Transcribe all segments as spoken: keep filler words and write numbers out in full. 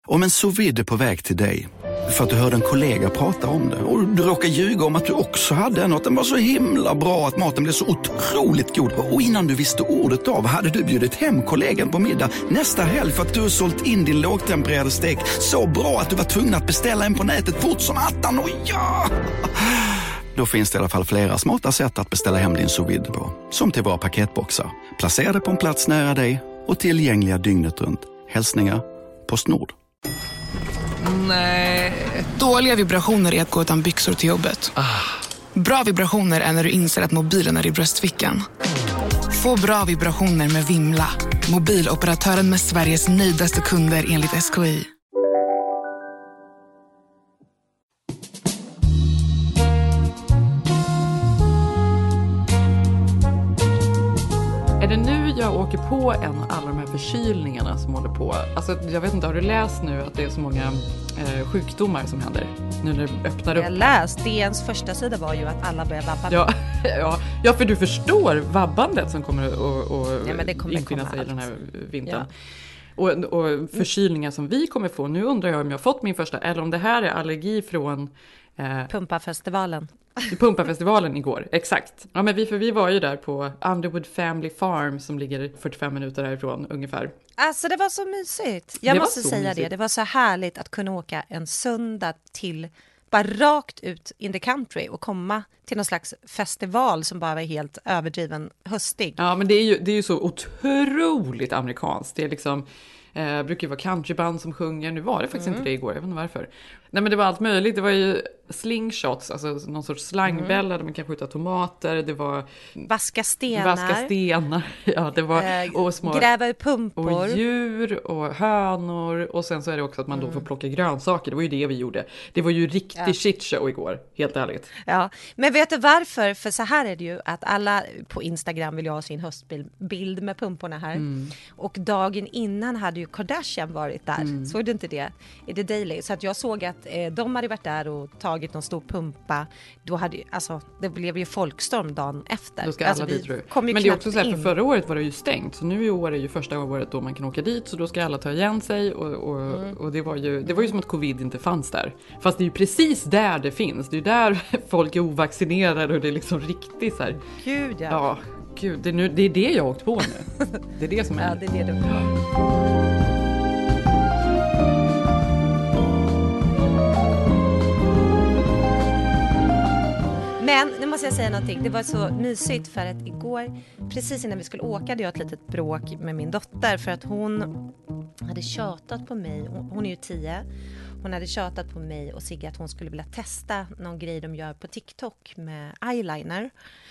Om en sous vide är på väg till dig för att du hörde en kollega prata om det och du råkar ljuga om att du också hade en och att den var så himla bra att maten blev så otroligt god. Och innan du visste ordet av hade du bjudit hem kollegan på middag nästa helg för att du sålt in din lågtempererade stek så bra att du var tvungen att beställa en på nätet fort som attan. Och ja! Då finns det i alla fall flera smarta sätt att beställa hem din sous vide på. Som till våra paketboxar. Placerade på en plats nära dig och tillgängliga dygnet runt. Hälsningar Postnord. Nej. Dåliga vibrationer är att gå utan byxor till jobbet. Ah. Bra vibrationer är när du inser att mobilen är i bröstfickan. Få bra vibrationer med Vimla. Mobiloperatören med Sveriges nöjdaste kunder enligt S K I. Är det nu jag åker på en av alla de här förkylningarna som håller på? Alltså jag vet inte, har du läst nu att det är så många eh, sjukdomar som händer nu när det öppnar upp? Jag läst, D N:s första sida var ju att alla börjar vabba. Ja, ja, ja, för du förstår vabbandet som kommer att och, ja, men det kommer infinna sig allt. den här vintern. Ja. Och, och förkylningar som vi kommer få. Nu undrar jag om jag fått min första eller om det här är allergi från eh, Pumpafestivalen. Pumpafestivalen igår, exakt. Ja, men vi, för vi var ju där på Underwood Family Farm som ligger fyrtiofem minuter härifrån ungefär. Alltså det var så mysigt. Jag det måste säga mysigt. det. Det var så härligt att kunna åka en söndag till, bara rakt ut in the country och komma till någon slags festival som bara var helt överdriven höstig. Ja, men det är ju, det är ju så otroligt amerikanskt. Det är liksom... Eh, brukar ju vara countryband som sjunger. Nu var det faktiskt mm. inte det igår, jag vet inte varför. Nej, men det var allt möjligt. Det var ju slingshots, alltså någon sorts slangbälla mm. där man kan skjuta tomater. Det var vaska stenar. Vaska stenar. Ja, det var eh, och små gräva i pumpor. Och djur och hönor. Och sen så är det också att man mm. då får plocka grönsaker. Det var ju det vi gjorde. Det var ju riktig ja. shitshow igår, helt ärligt. Ja, men vet du varför? För så här är det ju att alla på Instagram vill ha sin höstbild bild med pumporna här. Mm. Och dagen innan hade ju Kardashian varit där. Mm. Såg du inte det? I The Daily. Så att jag såg att eh, de hade varit där och tagit någon stor pumpa. Då hade ju, alltså, det blev ju folkstorm dagen efter. Då ska alltså, alla dit, tror jag. Men det är också så här, för förra året var det ju stängt. Så nu i år är ju första året då man kan åka dit. Så då ska alla ta igen sig. Och, och, mm. och det, var ju, det var ju som att covid inte fanns där. Fast det är ju precis där det finns. Det är ju där folk är ovaccinerade och det är liksom riktigt så här. Gud, ja. Ja, gud. Det är, nu, det är det jag har åkt på nu. Det är det som är. Ja, det är det du har. Men nu måste jag säga någonting. Det var så mysigt för att igår, precis innan vi skulle åka, hade jag ett litet bråk med min dotter. För att hon hade tjatat på mig. Hon är ju tio. Hon hade tjatat på mig och Sigge att hon skulle vilja testa någon grej de gör på TikTok med eyeliner.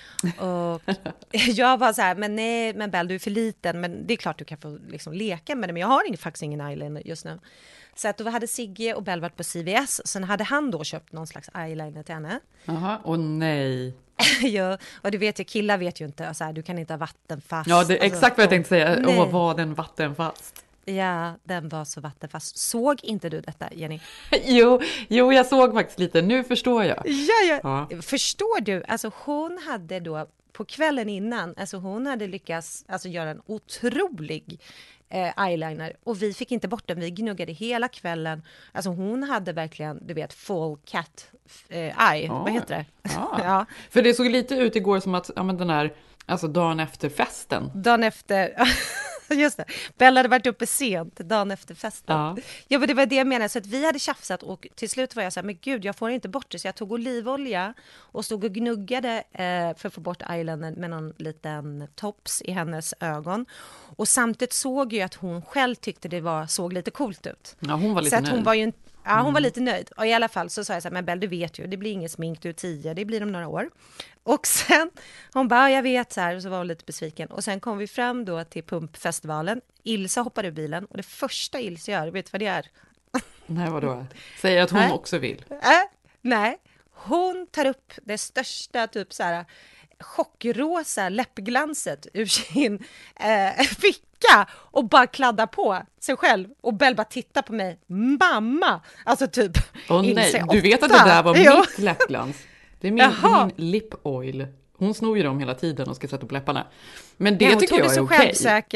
Och jag var så här, men nej, men Bell, du är för liten. Men det är klart du kan få liksom leka med det. Men jag har ingen, faktiskt ingen eyeliner just nu. Så att då hade Sigge och Bell varit på C V S. Sen hade han då köpt någon slags eyeliner till henne. Jaha, och nej. Ja, och du vet ju, killar vet ju inte. Så här, du kan inte ha vattenfast. Ja, det är alltså, exakt vad jag tänkte säga. Nej. Åh, var den vattenfast? Ja, den var så vattenfast. Såg inte du detta, Jenny? jo, jo, jag såg faktiskt lite. Nu förstår jag. Ja, ja. ja. Förstår du? Alltså hon hade då på kvällen innan, alltså hon hade lyckats alltså, göra en otrolig eh, eyeliner. Och vi fick inte bort den. Vi gnuggade hela kvällen. Alltså hon hade verkligen, du vet, full cat eh, eye. Ja. Vad heter det? Ja. ja. För det såg lite ut igår som att, ja men den här, alltså dagen efter festen. Dagen efter... Just det. Bella hade varit uppe sent dagen efter festen. Ja. ja, men det var det jag menade. Så att vi hade tjafsat och till slut var jag så här, men gud, jag får inte bort det. Så jag tog olivolja och stod och gnuggade eh, för att få bort eyeliner med någon liten tops i hennes ögon. Och samtidigt såg jag att hon själv tyckte det var, såg lite coolt ut. Ja, hon var lite så att nöjd. Hon var ju, ja, hon mm. var lite nöjd. Och i alla fall så sa jag så här, men Bell, du vet ju, det blir ingen smink, du är tio, det blir om några år. Och sen, hon bara, jag vet så här, och så var hon lite besviken. Och sen kom vi fram då till pumpfestivalen. Ilsa hoppade ur bilen och det första Ilsa gör, vet du vad det är? Nej, vadå? Säger att hon äh? också vill. Äh? Nej, hon tar upp det största typ så här chockrosa läppglanset ur sin eh, ficka och bara kladdar på sig själv. Och Bell bara tittar på mig, mamma! Alltså typ, åh nej, du vet att det där var jo. mitt läppglans. Det är min, min lip oil. Hon snor ju dem hela tiden och ska sätta på läpparna. Men det ja, tycker jag är okej. Självsäkert.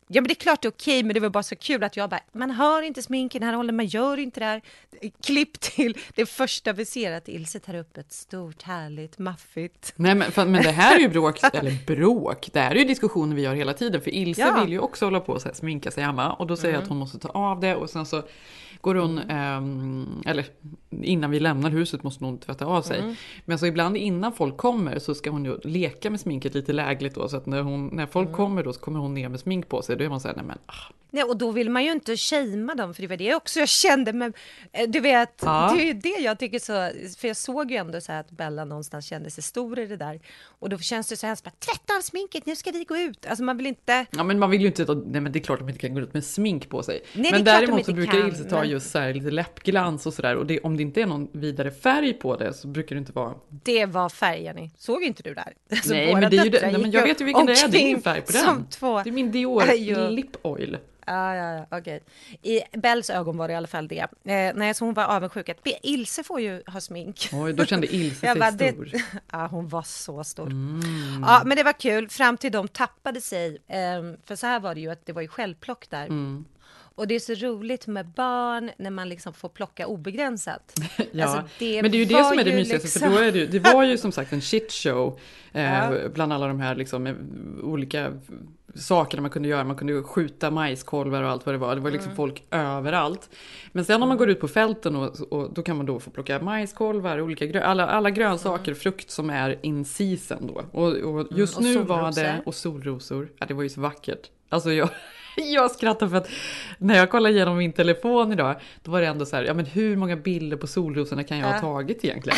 Ja, men det är klart det är okej, men det var bara så kul att jag bara, man hör inte sminken här håller, man gör inte det här. Klipp till det första vi ser att Ilse tar upp ett stort, härligt, maffigt. Nej, men, för, men det här är ju bråk, eller bråk, det här är ju diskussioner vi gör hela tiden. För Ilse Ja. vill ju också hålla på och så här, sminka sig hemma. Och då säger jag Mm. att hon måste ta av det och sen så går hon, ehm, eller innan vi lämnar huset måste hon tvätta av sig. Mm. Men så ibland innan folk kommer så ska hon ju leka med sminket lite lägligt då. Så att när, hon, när folk Mm. kommer då så kommer hon ner med smink på sig. Då är man så här, nej men ah. Nej, och då vill man ju inte shamea dem, för det var det också jag kände. Men eh, du vet, Ja. det är ju det jag tycker så, för jag såg ju ändå så här att Bella någonstans kände sig stor i det där. Och då känns det så här, bara, tvätta av sminket, nu ska vi gå ut. Alltså man vill inte... Ja, men man vill ju inte, nej men det är klart att man inte kan gå ut med smink på sig. Nej, det är men klart de däremot inte så brukar kan, Ilse ta men- just så här lite läppglans och sådär. Och det, om det inte är någon vidare färg på det så brukar det inte vara. Det var färgen. Såg inte du där? Alltså, Nej, våra men det är ju döttrar det, nej, men gick jag vet ju vilken det är, det är ingen omkring färg på den. Som två. Det är min Dior Aj, jo. Lip Oil. Ja, ja, ja, okej. I Bells ögon var det i alla fall det. Eh, nej, så hon var avundsjuk. Att Be- Ilse får ju ha smink. Oj, då kände Ilse Jag sig bara, det- stor. Ja, hon var så stor. Mm. Ja, men det var kul fram till de tappade sig. Ehm, för så här var det ju att det var ju självplock där. Mm. Och det är så roligt med barn när man liksom får plocka obegränsat. Ja, Alltså, det men det är ju det var som är det ju mysigaste, liksom- för då är det, ju- det var ju som sagt en shit show eh, Ja. bland alla de här liksom, eh, olika sakerna man kunde göra. Man kunde skjuta majskolvar och allt vad det var. Det var liksom Mm. folk överallt. Men sen om man går ut på fälten och, och då kan man då få plocka majskolvar, olika grö- alla, alla grönsaker, frukt som är in season då. Och, och just Mm, och nu var det, solrosor. och solrosor, ja det var ju så vackert. Alltså jag, jag skrattar för att när jag kollade igenom min telefon idag, då var det ändå så här, ja men hur många bilder på solrosorna kan jag ha Ja. tagit egentligen?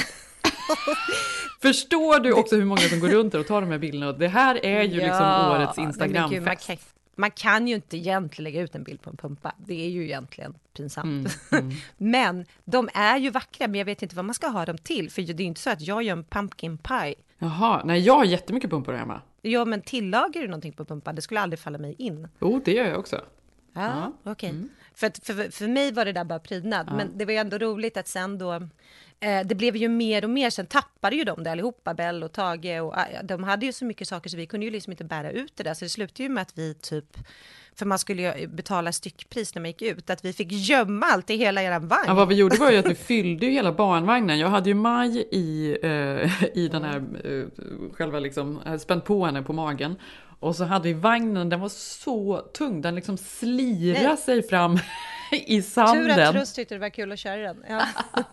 Förstår du också hur många som går runt där och tar de här bilderna? Och det här är ju liksom Ja, årets nej, men gud, man, Instagramfest. kan, man kan ju inte egentligen lägga ut en bild på en pumpa. Det är ju egentligen pinsamt. Mm, mm. Men de är ju vackra, men jag vet inte vad man ska ha dem till. För det är ju inte så att jag gör en pumpkin pie. Jaha, nej jag har jättemycket pumpor hemma. Ja, men tillagar du någonting på pumpan? Det skulle aldrig falla mig in. Jo, det gör jag också. Ja, Ja, okej. mm. För, att- för, för mig var det där bara prydnad. Ja. Men det var ju ändå roligt att sen då... Eh, det blev ju mer och mer. Sen tappade ju de det allihopa, Bell och Tage. Och, eh, de hade ju så mycket saker så vi kunde ju liksom inte bära ut det där. Så det slutade ju med att vi typ... För man skulle ju betala styckpris när man gick ut. Att vi fick gömma allt i hela eran vagn. Ja, vad vi gjorde var ju att vi fyllde ju hela barnvagnen. Jag hade ju Maj i, eh, i den här, eh, själva liksom, jag hade spänt på henne på magen. Och så hade vi vagnen, den var så tung, den liksom slirade Nej. sig fram i Tur sanden. att Truss tyckte det var kul att köra den. Ja.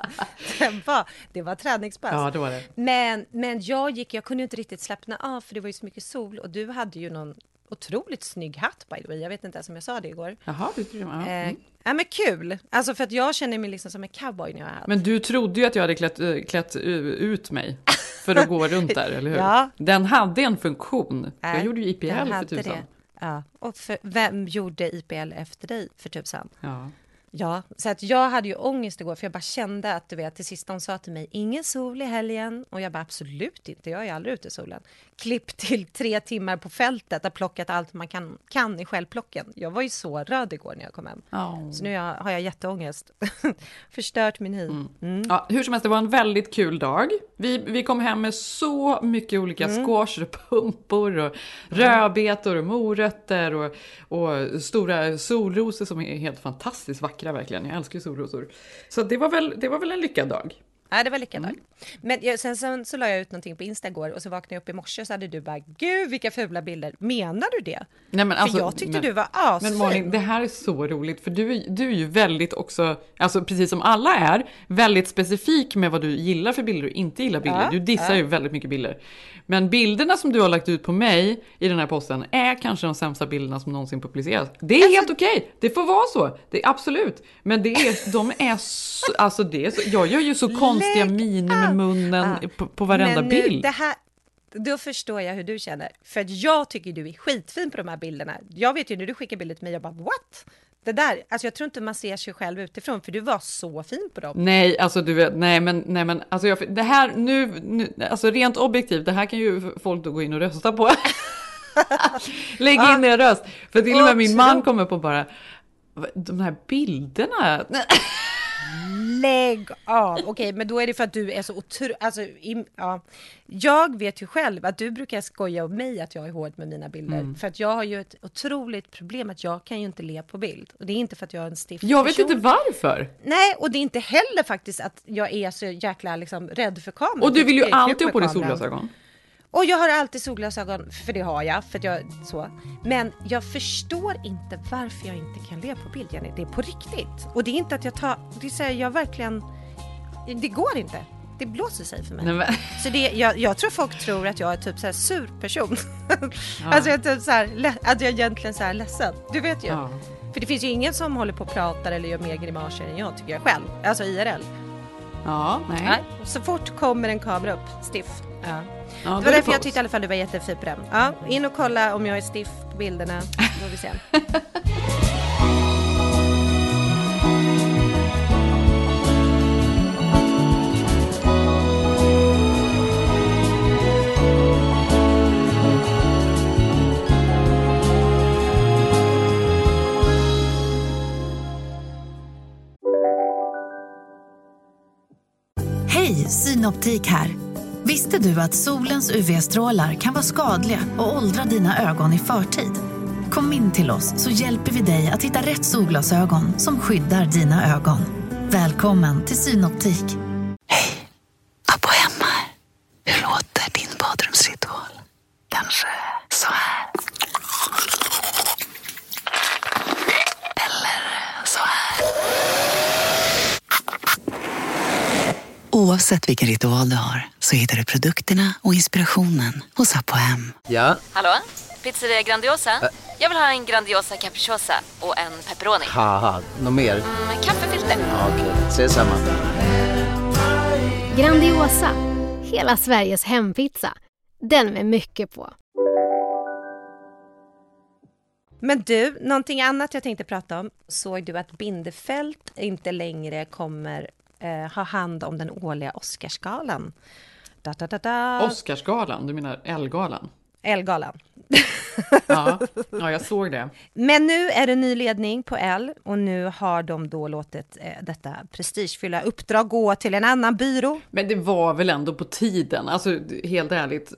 det, var, det var träningspass. Ja, det var det. Men, men jag gick, jag kunde ju inte riktigt slappna av för det var ju så mycket sol. Och du hade ju någon otroligt snygg hatt by the way. Jag vet inte ens om jag sa det igår. Jaha, det tror jag. Ja. Eh, Mm. ja men kul. Alltså för att jag känner mig liksom som en cowboy när jag har hatt. Men du trodde ju att jag hade klätt, eh, klätt eh, ut mig för att gå runt där, eller hur? Ja. Den hade en funktion. Jag Nej, gjorde ju I P jag L för hade tusan. det. Ja. Och för, vem gjorde I P L efter dig för tusan? Ja. Ja, så att jag hade ju ångest igår för jag bara kände att du vet till sist de sa till mig ingen sol i helgen och jag bara absolut inte, jag är aldrig ute i solen. Klipp till tre timmar på fältet och plockat allt man kan, kan i självplocken. Jag var ju så röd igår när jag kom hem. Oh. Så nu har jag, har jag jätteångest. Förstört min hy. Mm. Ja, hur som helst, det var en väldigt kul dag. Vi, vi kom hem med så mycket olika Mm. squash och pumpor och rödbetor och morötter och, och stora solrosor som är helt fantastiskt vackra verkligen. Jag älskar ju solrosor. Så det var väl, det var väl en lyckad dag. Ja, det var lyckad dag. Men jag, sen, sen så la jag ut någonting på Insta igår och så vaknade jag upp i morse så hade du bara, gud vilka fula bilder. Menar du det? Nej, men alltså, för jag tyckte men, du var asfin. Men Malin, det här är så roligt för du, är- du är ju väldigt också, alltså precis som alla är, väldigt specifik med vad du gillar för bilder och inte gillar bilder. Ja, du dissar ja. ju väldigt mycket bilder. Men bilderna som du har lagt ut på mig i den här posten är kanske de sämsta bilderna som någonsin publiceras. Det är Alltså- helt okej, det får vara så, det är absolut. Men det är, de är så, alltså det är så, jag gör ju så konstiga Lägg miner med av. munnen Ja. på, på varenda Men nu, bild. Det här, då förstår jag hur du känner. För att jag tycker du är skitfin på de här bilderna. Jag vet ju när du skickar bilder till mig, jag bara what? Det där, alltså jag tror inte man ser sig själv utifrån för du var så fin på dem. Nej, alltså du vet, nej men, nej men, alltså jag, det här nu, nu, alltså rent objektivt, det här kan ju folk då gå in och rösta på. Lägg in er röst. För till och med min man kommer på bara, de här bilderna. Lägg av. Okej, okay, men då är det för att du är så otroligt... Alltså, ja. Jag vet ju själv att du brukar skoja om mig att jag är hård med mina bilder. Mm. För att jag har ju ett otroligt problem att jag kan ju inte le på bild. Och det är inte för att jag är en stiff Jag vet person. inte varför. Nej, och det är inte heller faktiskt att jag är så jäkla liksom, rädd för kameran. Och du vill ju alltid ha på dig solglasögon. Och jag har alltid solglasögon, för det har jag, för att jag så. Men jag förstår inte varför jag inte kan le på bild, Jenny. Det är på riktigt. Och det är inte att jag tar, det säger jag verkligen, det går inte. Det blåser sig för mig. Nej, men... Så det, jag, jag tror folk tror att jag är typ så här sur person. Ja. Alltså jag är typ så här, att jag är egentligen så här ledsen. Du vet ju. Ja. För det finns ju ingen som håller på och pratar eller gör mer grimaser än jag, tycker jag själv. Alltså I R L. Ja, nej. nej. Så fort kommer en kamera upp, stiff. Ja. Ja, det var därför jag tyckte i alla fall du var jättefin på den. Ja, in och kolla om jag är stiff på bilderna. Då får vi se. Hej, Synoptik här. Visste du att solens U V-strålar kan vara skadliga och åldra dina ögon i förtid? Kom in till oss så hjälper vi dig att hitta rätt solglasögon som skyddar dina ögon. Välkommen till Synoptik. Hej, Abbo hemma här. Hur låter din badrumsritual? Kanske så här. Eller så här. Oavsett vilken ritual du har så hittar du produkterna och inspirationen hos Apohem. Ja? Hallå? Pizzeria Grandiosa? Ä- Jag vill ha en Grandiosa capriciosa och en pepperoni. Haha, något mer? Mm, kaffefilter. Ja, okej, okay. Ses samma. Grandiosa, hela Sveriges hempizza. Den med mycket på. Men du, någonting annat jag tänkte prata om. Såg du att Bindefält inte längre kommer eh, ha hand om den årliga Oscarsgalan? Da, da, da, da. Oscarsgalan? Du menar Elgalan? Elgalan. Ja, ja, jag såg det. Men nu är det ny ledning på L och nu har de då låtit eh, detta prestigefylla uppdrag gå till en annan byrå. Men det var väl ändå på tiden, alltså helt ärligt,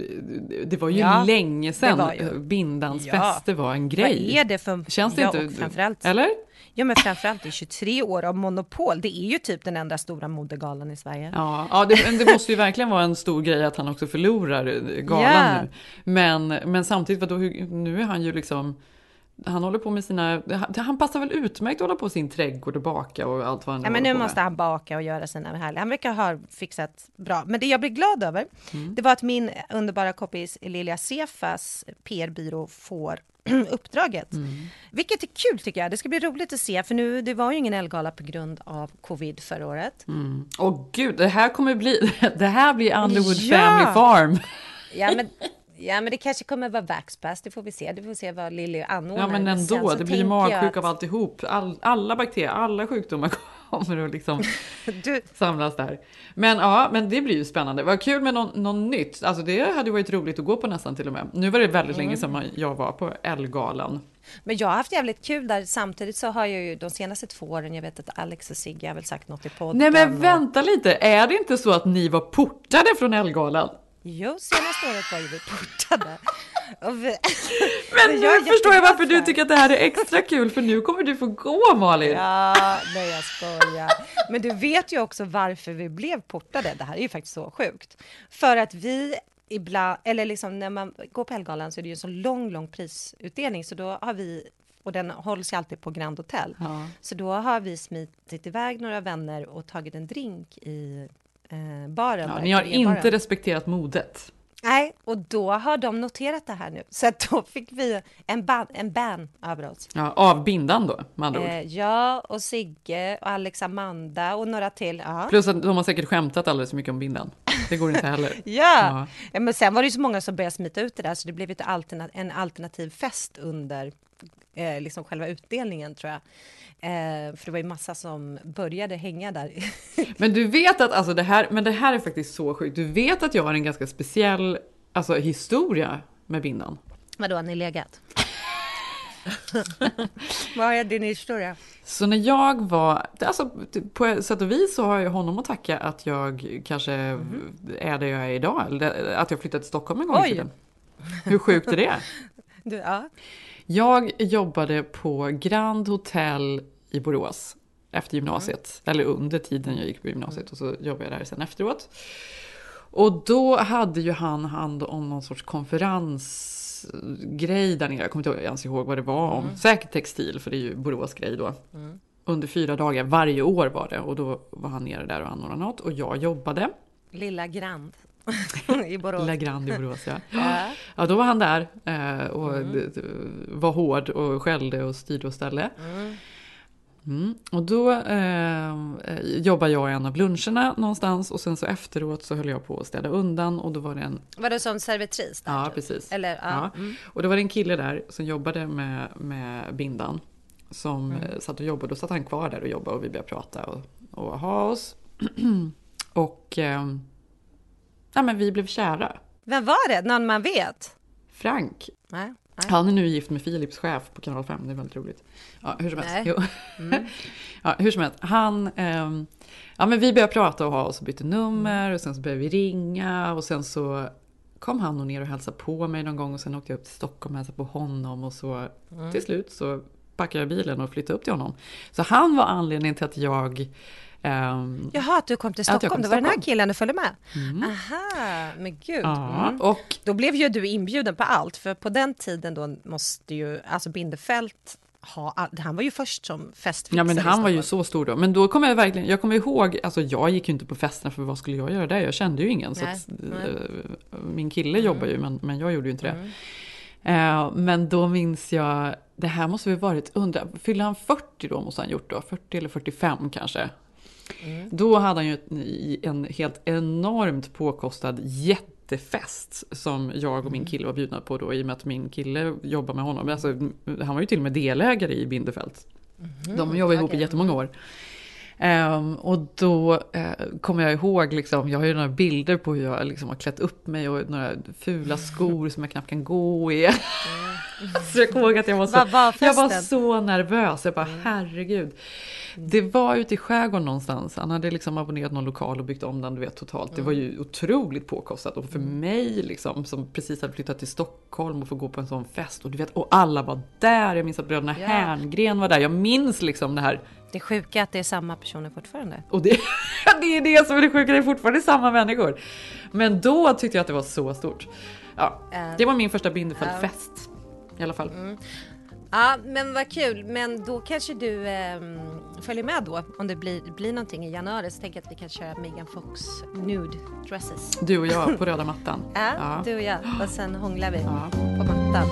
det var ju ja, länge sedan Bindans ja. fester var en grej. Vad är det för... Känns det ja, inte? Framförallt... Eller? Ja, men framförallt i tjugotre år av monopol. Det är ju typ den enda stora modegalan i Sverige. Ja, ja det, det måste ju verkligen vara en stor grej att han också förlorar galan yeah. nu. Men, men samtidigt, vadå, nu är han ju liksom... Han håller på med sina... Han passar väl utmärkt att hålla på sin trädgård och baka och allt vad han ja, men nu måste med. han baka och göra sina härliga. Han verkar ha fixat bra. Men det jag blir glad över, mm. det var att min underbara kompis Lilja Sefas P R-byrå får uppdraget. Mm. Vilket är kul tycker jag. Det ska bli roligt att se. För nu, det var ju ingen Elgala på grund av covid förra året. Mm. Åh gud, det här kommer bli... Det här blir Underwood ja. Family Farm. Ja, men... Ja, men det kanske kommer vara Vaxpass. Det får vi se. Det får vi se vad Lilly anordnar. Ja, men ändå. Det blir ju magsjuk att... av alltihop. All, alla bakterier, alla sjukdomar kommer att liksom du... samlas där. Men ja, men det blir ju spännande. Vad kul med någon, någon nytt. Alltså det hade varit roligt att gå på nästan till och med. Nu var det väldigt mm. länge sedan jag var på Elgalan. Men jag har haft jävligt kul där. Samtidigt så har jag ju de senaste två åren, jag vet att Alex och Sigge har väl sagt något i podden. Nej, men och... vänta lite. Är det inte så att ni var portade från Elgalan? Jo, senaste året var ju vi portade. Vi... Men nu jag förstår jag varför du tycker att det här är extra kul. För nu kommer du få gå, Malin. Ja, nej jag skojar. Men du vet ju också varför vi blev portade. Det här är ju faktiskt så sjukt. För att vi ibland, eller liksom när man går på Elgalan så är det ju en så lång, lång prisutdelning. Så då har vi, och den hålls ju alltid på Grand Hotel. Ja. Så då har vi smitit iväg några vänner och tagit en drink i eh, baren. Ja, ni har inte respekterat modet. Nej, och då har de noterat det här nu. Så att då fick vi en ban, en ban över oss. Ja, av Bindan då, med andra ord. Eh, ja, och Sigge och Alex Amanda och några till. Ja. Plus att de har säkert skämtat alldeles så mycket om Bindan. Det går inte heller. ja. ja, ja men sen var det ju så många som började smita ut det där. Så det blev ett alternat- en alternativ fest under eh, liksom själva utdelningen, tror jag. Eh, för det var ju massa som började hänga där. Men du vet att, alltså det här, men det här är faktiskt så sjukt. Du vet att jag har en ganska speciell alltså, historia med Bindan. Vadå, har ni legat? Vad är din historia? Så när jag var, alltså på sätt och vis så har jag honom att tacka att jag kanske mm. är där jag är idag. Eller att jag flyttade till Stockholm en gång i tiden. Hur sjukt är det? Du, ja. Jag jobbade på Grand Hotel i Borås efter gymnasiet. Mm. Eller under tiden jag gick på gymnasiet och så jobbade jag där sen efteråt. Och då hade ju han hand om någon sorts konferensgrej där nere. Jag kommer inte ens ihåg vad det var om. Mm. Säkert textil, för det är ju Borås grej då. Mm. Under fyra dagar, varje år var det. Och då var han nere där och anordnade något. Och jag jobbade. Lilla Grand i Borås. Lilla Grand i Borås, ja. ja. Ja, då var han där eh, och mm. var hård och skällde och styrde och ställde. Mm. Mm. Och då eh, jobbade jag i en av luncherna någonstans och sen så efteråt så höll jag på att städa undan och då var det en... Var det som servitris där? Ja, typ? precis. Eller, ja. Ja. Mm. Och då var det en kille där som jobbade med, med bindan som mm. satt och jobbade. Då satt han kvar där och jobbade och vi började prata och, och ha oss. och eh, ja, men vi blev kära. Vem var det? Någon man vet? Frank. Nej. Nej. Han är nu gift med Philips chef på Kanal fem, det är väldigt roligt. Ja, hur som helst. Jo. Mm. ja, hur som helst. Han, eh, ja, men vi började prata och ha oss och bytte nummer och sen så började vi ringa och sen så kom han och ner och hälsade på mig någon gång och sen åkte jag upp till Stockholm och hälsade på honom och så mm. till slut så packade jag bilen och flyttade upp till honom. Så han var anledningen till att jag... Um, Jaha, att du kom till Stockholm. Kom till det var Stockholm. Den här killen du följde med. Mm. Aha, men gud. Ja, mm. och då blev ju du inbjuden på allt. För på den tiden då måste ju, alltså Bindefält ha, han var ju först som festfixare. Ja, men han var ju så stor då. Men då kommer jag verkligen, jag kommer ihåg, alltså jag gick ju inte på festerna för vad skulle jag göra där? Jag kände ju ingen. Så att, äh, min kille mm. jobbar ju, men, men jag gjorde ju inte det. Mm. Uh, men då minns jag, det här måste vi varit under, fyllde han fyrtio då måste han gjort då? fyrtio eller fyrtiofem kanske. Mm. Då hade han ju en helt enormt påkostad jättefest som jag och min kille var bjudna på då i och med att min kille jobbar med honom. Alltså, han var ju till och med delägare i Bindefält. Mm. De jobbade ihop okay. i jättemånga år. Um, och då uh, kommer jag ihåg, liksom, jag har ju några bilder på hur jag liksom har klätt upp mig och några fula skor som jag knappt kan gå i. Mm. Så jag kommer ihåg att jag var så, var, var jag var så nervös. Jag bara, mm. herregud. Det var ute i skärgården någonstans. Han hade liksom abonnerat någon lokal och byggt om den, du vet, totalt. Mm. Det var ju otroligt påkostat. Och för mm. mig, liksom, som precis hade flyttat till Stockholm och få gå på en sån fest. Och du vet, och alla var där. Jag minns att bröderna yeah. Herngren var där. Jag minns liksom det här. Det är sjuka att det är samma personer fortfarande. Och det, det är det som är det sjuka. Det är fortfarande samma människor. Men då tyckte jag att det var så stort. Ja, uh, det var min första Bindefält-fest. Uh, I alla fall. Mm. Ja, men vad kul. Men då kanske du eh, följer med då. Om det blir, blir någonting i januari så tänker jag att vi kan köra Megan Fox nude dresses. Du och jag på röda mattan. Ja, ja, du och jag. Och sen hånglar vi ja. på mattan.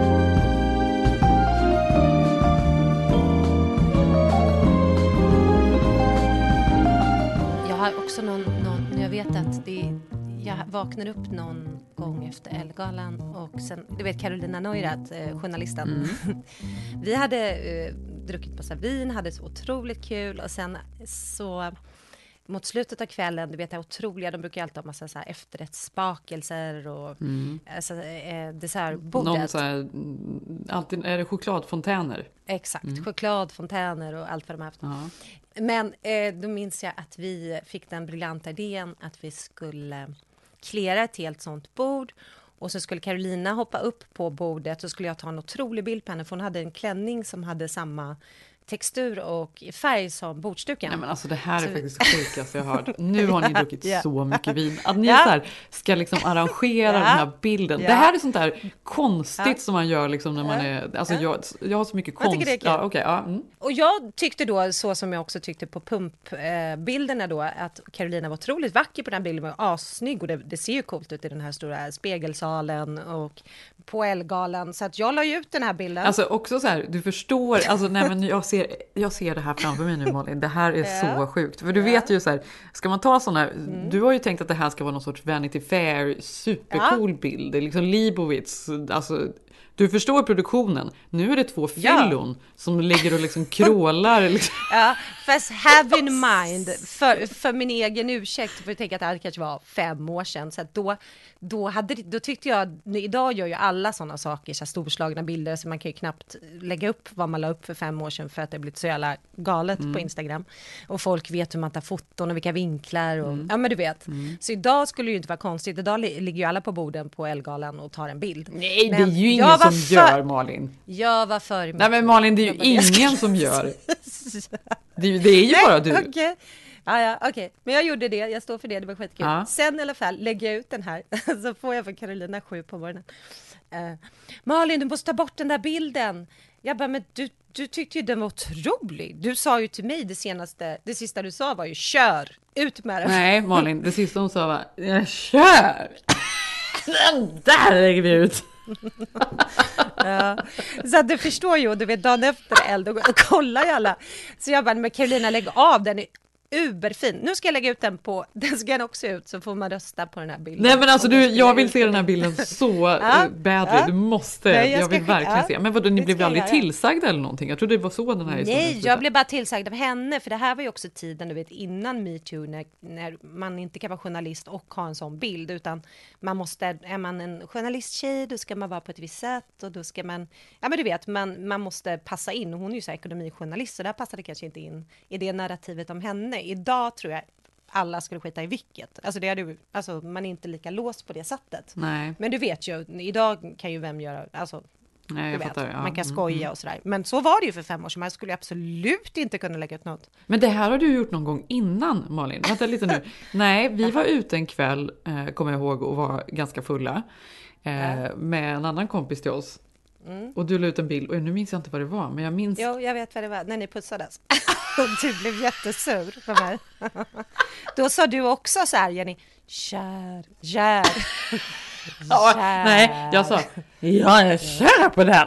Jag har också någon, någon jag vet att det jag vaknar upp någon gång efter Ellegalan och sen, du vet Carolina Neurath, eh, journalisten. Mm. Vi hade eh, druckit massa vin, hade så otroligt kul och sen så mot slutet av kvällen, du vet det otroliga, de brukar alltid ha massa så här efterrättsbakelser och mm. alltså, eh, dessertbordet. Någon så här, alltid är det chokladfontäner. Exakt, mm. chokladfontäner och allt vad de har haft. Uh-huh. Men eh, då minns jag att vi fick den briljanta idén att vi skulle klera ett helt sånt bord. Och så skulle Carolina hoppa upp på bordet och skulle jag ta en otrolig bild på henne. För hon hade en klänning som hade samma textur och färg som bordsduken. Nej men alltså det här är så faktiskt sjukaste jag har hört. Nu har ni druckit yeah. så mycket vin. Att ni yeah. så här ska liksom arrangera yeah. den här bilden. Yeah. Det här är sånt där konstigt yeah. som man gör liksom när man är... Alltså yeah. jag, jag har så mycket konst. Jag ja, okay, ja, mm. Och jag tyckte då, så som jag också tyckte på pumpbilderna då, att Carolina var otroligt vacker på den bilden. Var assnygg och det, det ser ju coolt ut i den här stora spegelsalen och på Ellegalan. Så att jag la ut den här bilden. Alltså också så här, du förstår, alltså nej men jag ser, jag ser det här framför mig nu Malin, det här är ja. så sjukt. För du ja. vet ju så här, ska man ta sådana, mm. du har ju tänkt att det här ska vara någon sorts Vanity Fair, supercool ja. bild, det är liksom Leibowitz, alltså Du förstår produktionen. Nu är det två fyllon ja. som ligger och liksom krålar. Liksom. Ja, fast have in mind, för, för min egen ursäkt, för jag tänker att det här kanske var fem år sedan. Så att då, då, hade, då tyckte jag, idag gör ju alla sådana saker, så här storslagna bilder, så man kan ju knappt lägga upp vad man la upp för fem år sedan för att det blivit så jävla galet mm. på Instagram. Och folk vet hur man tar foton och vilka vinklar. Och, mm. Ja, men du vet. Mm. Så idag skulle det ju inte vara konstigt. Idag ligger ju alla på borden på Elgalan och tar en bild. Nej, men det är ju ingen som för... gör, Malin. Jag var för... Nej, men Malin, det är ju ingen som gör. Det är ju, det är ju Nej, bara du. Okej. Okay. Ja, ja, okej. Okay. Men jag gjorde det. Jag står för det. Det var skitkul. Ja. Sen i alla fall lägger jag ut den här. Så får jag för Carolina sju på morgonen. Uh, Malin, du måste ta bort den där bilden. Jag bara, men du, du tyckte ju den var otrolig. Du sa ju till mig det senaste, det sista du sa var ju kör, ut med den. Nej, Malin, det sista hon sa var, jag kör. Den där lägger vi ut. Ja. Så att du förstår ju, du vet, dagen efter eld och kollar ju alla. Så jag bara, men Carolina, lägg av, den är uberfin. Nu ska jag lägga ut den på, den ska den också ut, så får man rösta på den här bilden. Nej, men alltså du, jag vill se den här bilden så ja, badly. Ja. Du måste, Nej, jag, jag vill verkligen ja. se. Men vadå, ni blev aldrig tillsagda eller någonting? Jag trodde det var så den här historien. Nej, jag blev bara tillsagd av henne, för det här var ju också tiden, du vet, innan MeToo, när, när man inte kan vara journalist och ha en sån bild, utan man måste, är man en journalisttjej, då ska man vara på ett visst sätt, och då ska man, ja men du vet, man, man måste passa in. Hon är ju så ekonomijournalist, så där passade kanske inte in i det narrativet om henne. Idag tror jag alla skulle skita i vilket. Alltså, det är ju, alltså man är inte lika låst på det sättet. Nej. Men du vet ju, idag kan ju vem göra, alltså Nej, jag vet, fattar, ja. man kan skoja mm. och sådär. Men så var det ju för fem år sedan. Man skulle absolut inte kunna lägga ut något. Men det här har du gjort någon gång innan, Malin. Vänta lite nu. Nej, vi var ute en kväll, eh, kommer jag ihåg, och var ganska fulla. Eh, ja. Med en annan kompis till oss. Mm. Och du la ut en bild, och nu minns jag inte vad det var, men jag minns... Jo, jag vet vad det var, när ni pussades. Du blev jättesur för mig. Då sa du också så här, Jenny, kär, kär, ja, nej, jag sa, ja, jag kär på den.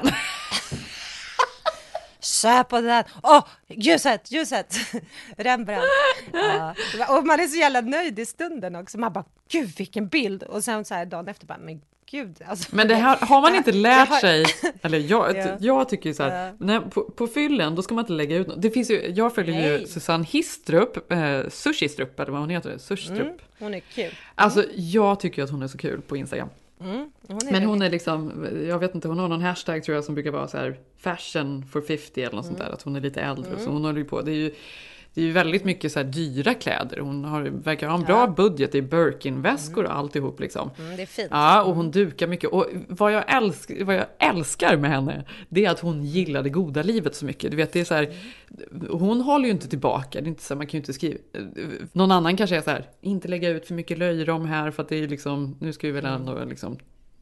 Kär på den. Åh, oh, ljuset, ljuset. Rembrandt. Ja. Och man är så jävla nöjd i stunden också. Man bara, gud vilken bild. Och sen så här dagen efter bara, men gud. Alltså, men det här har man inte lärt har... sig. Eller jag, ja. jag tycker ju så här. Ja. När, på, på fyllen, då ska man inte lägga ut något. Det finns ju, jag följer Nej. ju Susanne Histrup. Eh, Sushistrup, eller vad hon heter. Sushistrup. Mm, hon är kul. Mm. Alltså, jag tycker att hon är så kul på Instagram. Mm, hon men hon är liksom, jag vet inte, hon har någon hashtag tror jag som brukar vara så här fashion for femtio eller något mm. sånt där, att hon är lite äldre. Mm. Så hon håller ju på, det är ju, det är ju väldigt mycket så här dyra kläder. Hon har, verkar ha en bra ja. budget i Birkin-väskor och alltihop liksom. Mm, det är fint. Ja, och hon dukar mycket. Och vad jag, älsk, vad jag älskar med henne, det är att hon gillar det goda livet så mycket. Du vet, det är så här, hon håller ju inte tillbaka. Det är inte så här, man kan ju inte skriva. Någon annan kanske är så här, inte lägga ut för mycket löjrom här, för att det är liksom, nu ska vi väl ändå liksom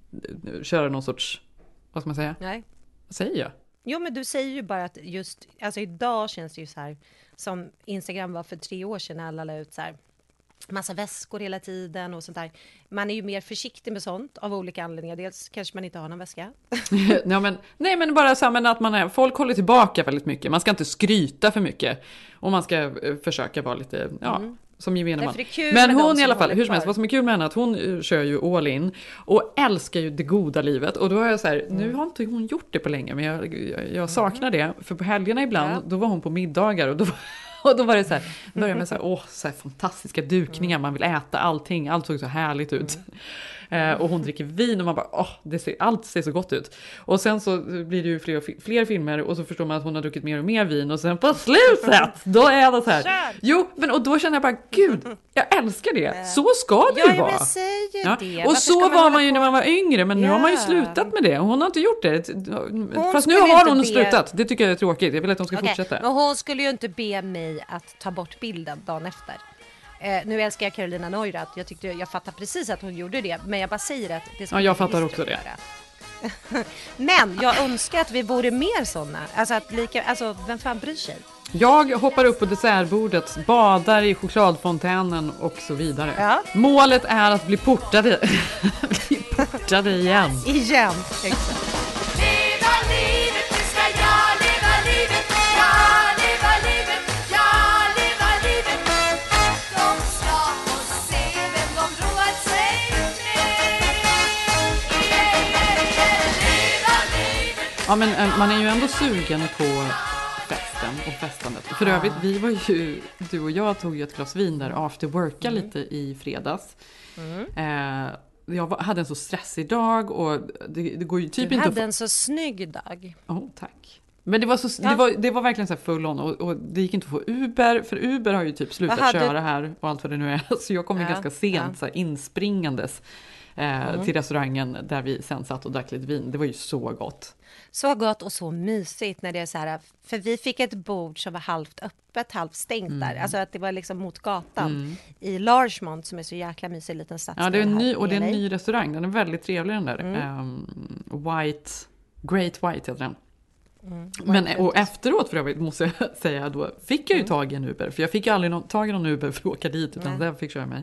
köra någon sorts, vad ska man säga? Nej. Vad säger jag? Jo, men du säger ju bara att just, alltså idag känns det ju så här, som Instagram var för tre år sedan när alla la ut så här massa väskor hela tiden och sånt där. Man är ju mer försiktig med sånt av olika anledningar. Dels kanske man inte har någon väska. ja, men, nej, men bara så här, men att man är, folk håller tillbaka väldigt mycket. Man ska inte skryta för mycket. Och man ska eh, försöka vara lite, ja, mm. som gemene man. Men hon i alla fall, hur som helst, vad som är kul med henne är att hon uh, kör ju all in och älskar ju det goda livet. Och då har jag så här, mm. nu har inte hon gjort det på länge, men jag, jag, jag saknar mm. det. För på helgerna ibland, ja. då var hon på middagar och då Och då var det så här, började med så här, åh, så här fantastiska dukningar, man vill äta allting, allt såg så härligt ut. Eh, och hon dricker vin och man bara, åh, det ser, allt ser så gott ut. Och sen så blir det ju fler, och fler filmer och så förstår man att hon har druckit mer och mer vin och sen på slutet, då är det så här. Jo, men och då känner jag bara, gud, jag älskar det. Så ska det ju ja, vara. Jag säger ja. det. Och så var man ju när man var yngre, men nu ja. har man ju slutat med det. Hon har inte gjort det. Hon Fast nu har hon be... slutat. Det tycker jag är tråkigt. Jag vill att hon ska okay. fortsätta. Men hon skulle ju inte be mig att ta bort bilden dagen efter. Eh, nu älskar jag Carolina Neurath. Jag tyckte jag fattar precis att hon gjorde det, men jag bara säger att det ska. Ja, jag fattar också det. Men jag önskar att vi vore mer såna. Alltså att lika, alltså vem fan bryr sig? Jag hoppar upp på dessertbordet, badar i chokladfontänen och så vidare. Ja. Målet är att bli portade. bli portade igen. Igen, exakt. Ja, men äh, man är ju ändå sugen på festen och festandet. För övrigt, vi var ju, du och jag tog ju ett glas vin där after worka mm. lite i fredags. Mm. Eh, jag var, hade en så stressig dag och det, det går ju typ du inte hade att... en så snygg dag. Oh, tack. Men det var, så, ja. det var, det var verkligen så här full on och, och det gick inte att få Uber, för Uber har ju typ slutat hade... köra här och allt vad det nu är. Så jag kom ju ja. ganska sent ja. så här, inspringandes eh, mm. till restaurangen där vi sen satt och drack lite vin. Det var ju så gott. Så gott och så mysigt när det är så här, för vi fick ett bord som var halvt öppet, halvt stängt mm. där. Alltså att det var liksom mot gatan mm. i Larchmont som är så jäkla mysig liten stadsdel. Ja, det är en ny, och det är en ny restaurang. Den är väldigt trevlig den där. Mm. Um, White, Great White heter den. Mm. Men, och efteråt för övrigt måste jag säga då fick jag ju tag i en Uber. För jag fick ju aldrig någon, tag i någon Uber för att åka dit utan där fick köra mig.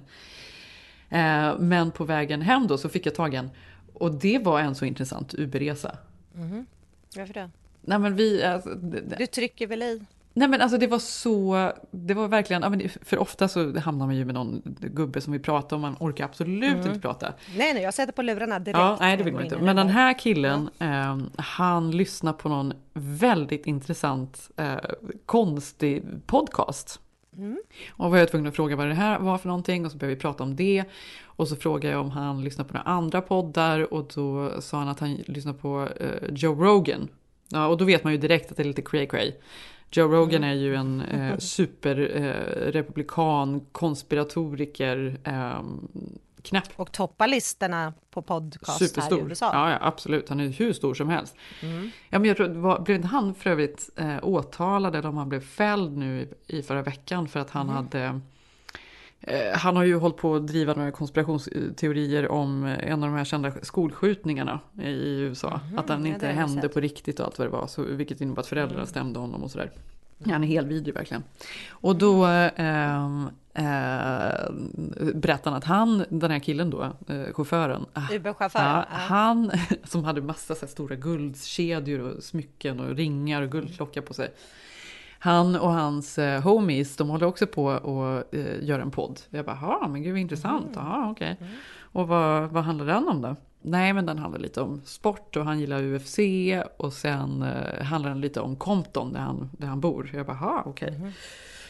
Uh, men på vägen hem då så fick jag tag i en. Och det var en så intressant Uberresa. Mm. Varför då? Nej, men vi, alltså, det, du trycker väl i? Nej, men alltså det var så, det var verkligen, ja, men för ofta så hamnar man ju med någon gubbe som vi pratar om, man orkar absolut mm. inte prata. Nej, nej, jag sätter på lurarna direkt. Ja, nej, det vill man inte. Men den här killen, ja. eh, han lyssnar på någon väldigt intressant, eh, konstig podcast. Mm. Och var jag tvungen att fråga vad det här var för någonting och så började vi prata om det. Och så frågade jag om han lyssnar på några andra poddar och då sa han att han lyssnar på eh, Joe Rogan. Ja, och då vet man ju direkt att det är lite cray-cray. Joe Rogan är ju en eh, superrepublikan, eh, konspiratoriker, eh, knäpp. Och toppar listorna på podcast Superstor. Här i U S A. Ja, ja, absolut. Han är hur stor som helst. Mm. Ja, men jag tror, var, blev inte han för övrigt eh, åtalad eller om han blev fälld nu i, i förra veckan för att han mm. hade... Eh, han har ju hållit på att driva några konspirationsteorier om en av de här kända skolskjutningarna i U S A. Mm, att den inte ja, hände på riktigt och allt vad det var. Så, vilket innebar att föräldrar mm. stämde honom och sådär. Han är helt vidrig verkligen. Och då eh, eh, berättade han att han, den här killen då, eh, chauffören. Uber-chauffören. Ja, han som hade massa så här stora guldkedjor och smycken och ringar och guldklocka på sig. Han och hans eh, homies, de håller också på att eh, göra en podd. Jag bara, ja men gud vad intressant. Ja, mm. okej. Okay. Mm. Och vad, vad handlar den om då? Nej, men den handlar lite om sport och han gillar U F C. Och sen eh, handlar den lite om Compton där han, där han bor. Jag bara, ja okej. Okay. Mm.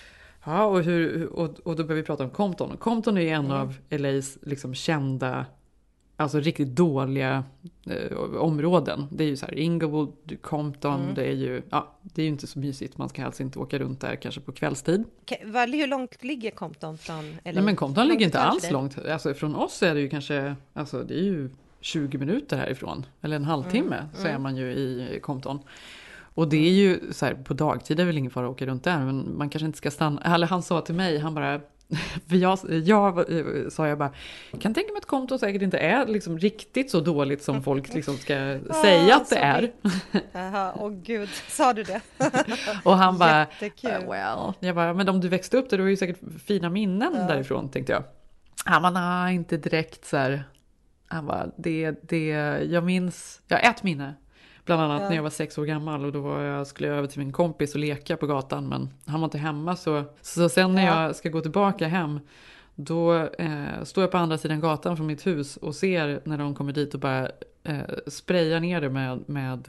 Ja, och, hur, och, och då börjar vi prata om Compton. Compton är en mm. av L A:s liksom kända... Alltså riktigt dåliga eh, områden. Det är ju så här Inglewood, Compton, mm. det är ju ja, det är ju inte så mysigt. Man ska helst inte åka runt där kanske på kvällstid. Var, hur långt ligger Compton från L A? Nej, men Compton ligger inte alls långt. Alltså från oss är det ju kanske alltså det är ju tjugo minuter härifrån eller en halvtimme mm. så är man ju i Compton. Och det är ju så här på dagtid är väl ingen fara att åka runt där, men man kanske inte ska stanna. Eller han sa till mig, han bara för jag, jag sa jag bara kan tänka mig att Compton säkert inte är liksom riktigt så dåligt som folk liksom ska oh, säga att det är. Jaha, åh gud, sa du det? Och han bara, uh, well. Jag bara, men om du växte upp där, du har ju säkert fina minnen uh. därifrån, tänkte jag. Han bara, nej, inte direkt så här. Han bara, det, det, jag minns, jag har ett minne. Bland annat ja. när jag var sex år gammal och då var jag, skulle jag över till min kompis och leka på gatan, men han var inte hemma. Så, så sen när ja. jag ska gå tillbaka hem, då eh, står jag på andra sidan gatan från mitt hus och ser när de kommer dit och bara eh, sprayar ner det med, med,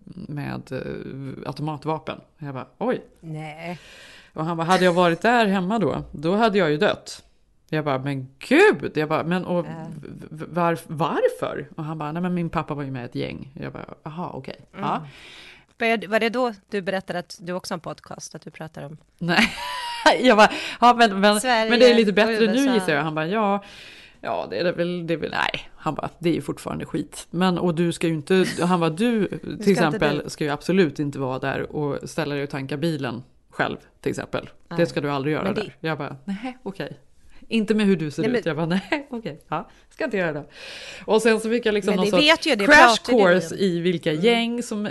med eh, automatvapen. Och jag bara, oj. Nej. Och han bara, hade jag varit där hemma då, då hade jag ju dött. Jag bara, men gud! Jag bara, men och var, varför? Och han bara, nej men min pappa var ju med ett gäng. Jag bara, aha, okej. Okay. Mm. Ja. Var det då du berättade att du också har en podcast, att du pratar om? Nej, jag bara, ja men, men, men det är lite bättre nu gissar jag. Han bara, ja, ja det är väl, det är väl, nej. Han bara, det är ju fortfarande skit. Men, och du ska ju inte, han bara, du till ska exempel du? ska ju absolut inte vara där och ställa dig och tanka bilen själv, till exempel. Nej. Det ska du aldrig göra det... där. Jag bara, nej, okej. Okay. Inte med hur du ser nej, men... ut. Jag bara, nej, okej. Okay, ja, ska inte göra det. Och sen så fick jag liksom någon sorts ju, crash course i vilka mm. gäng som,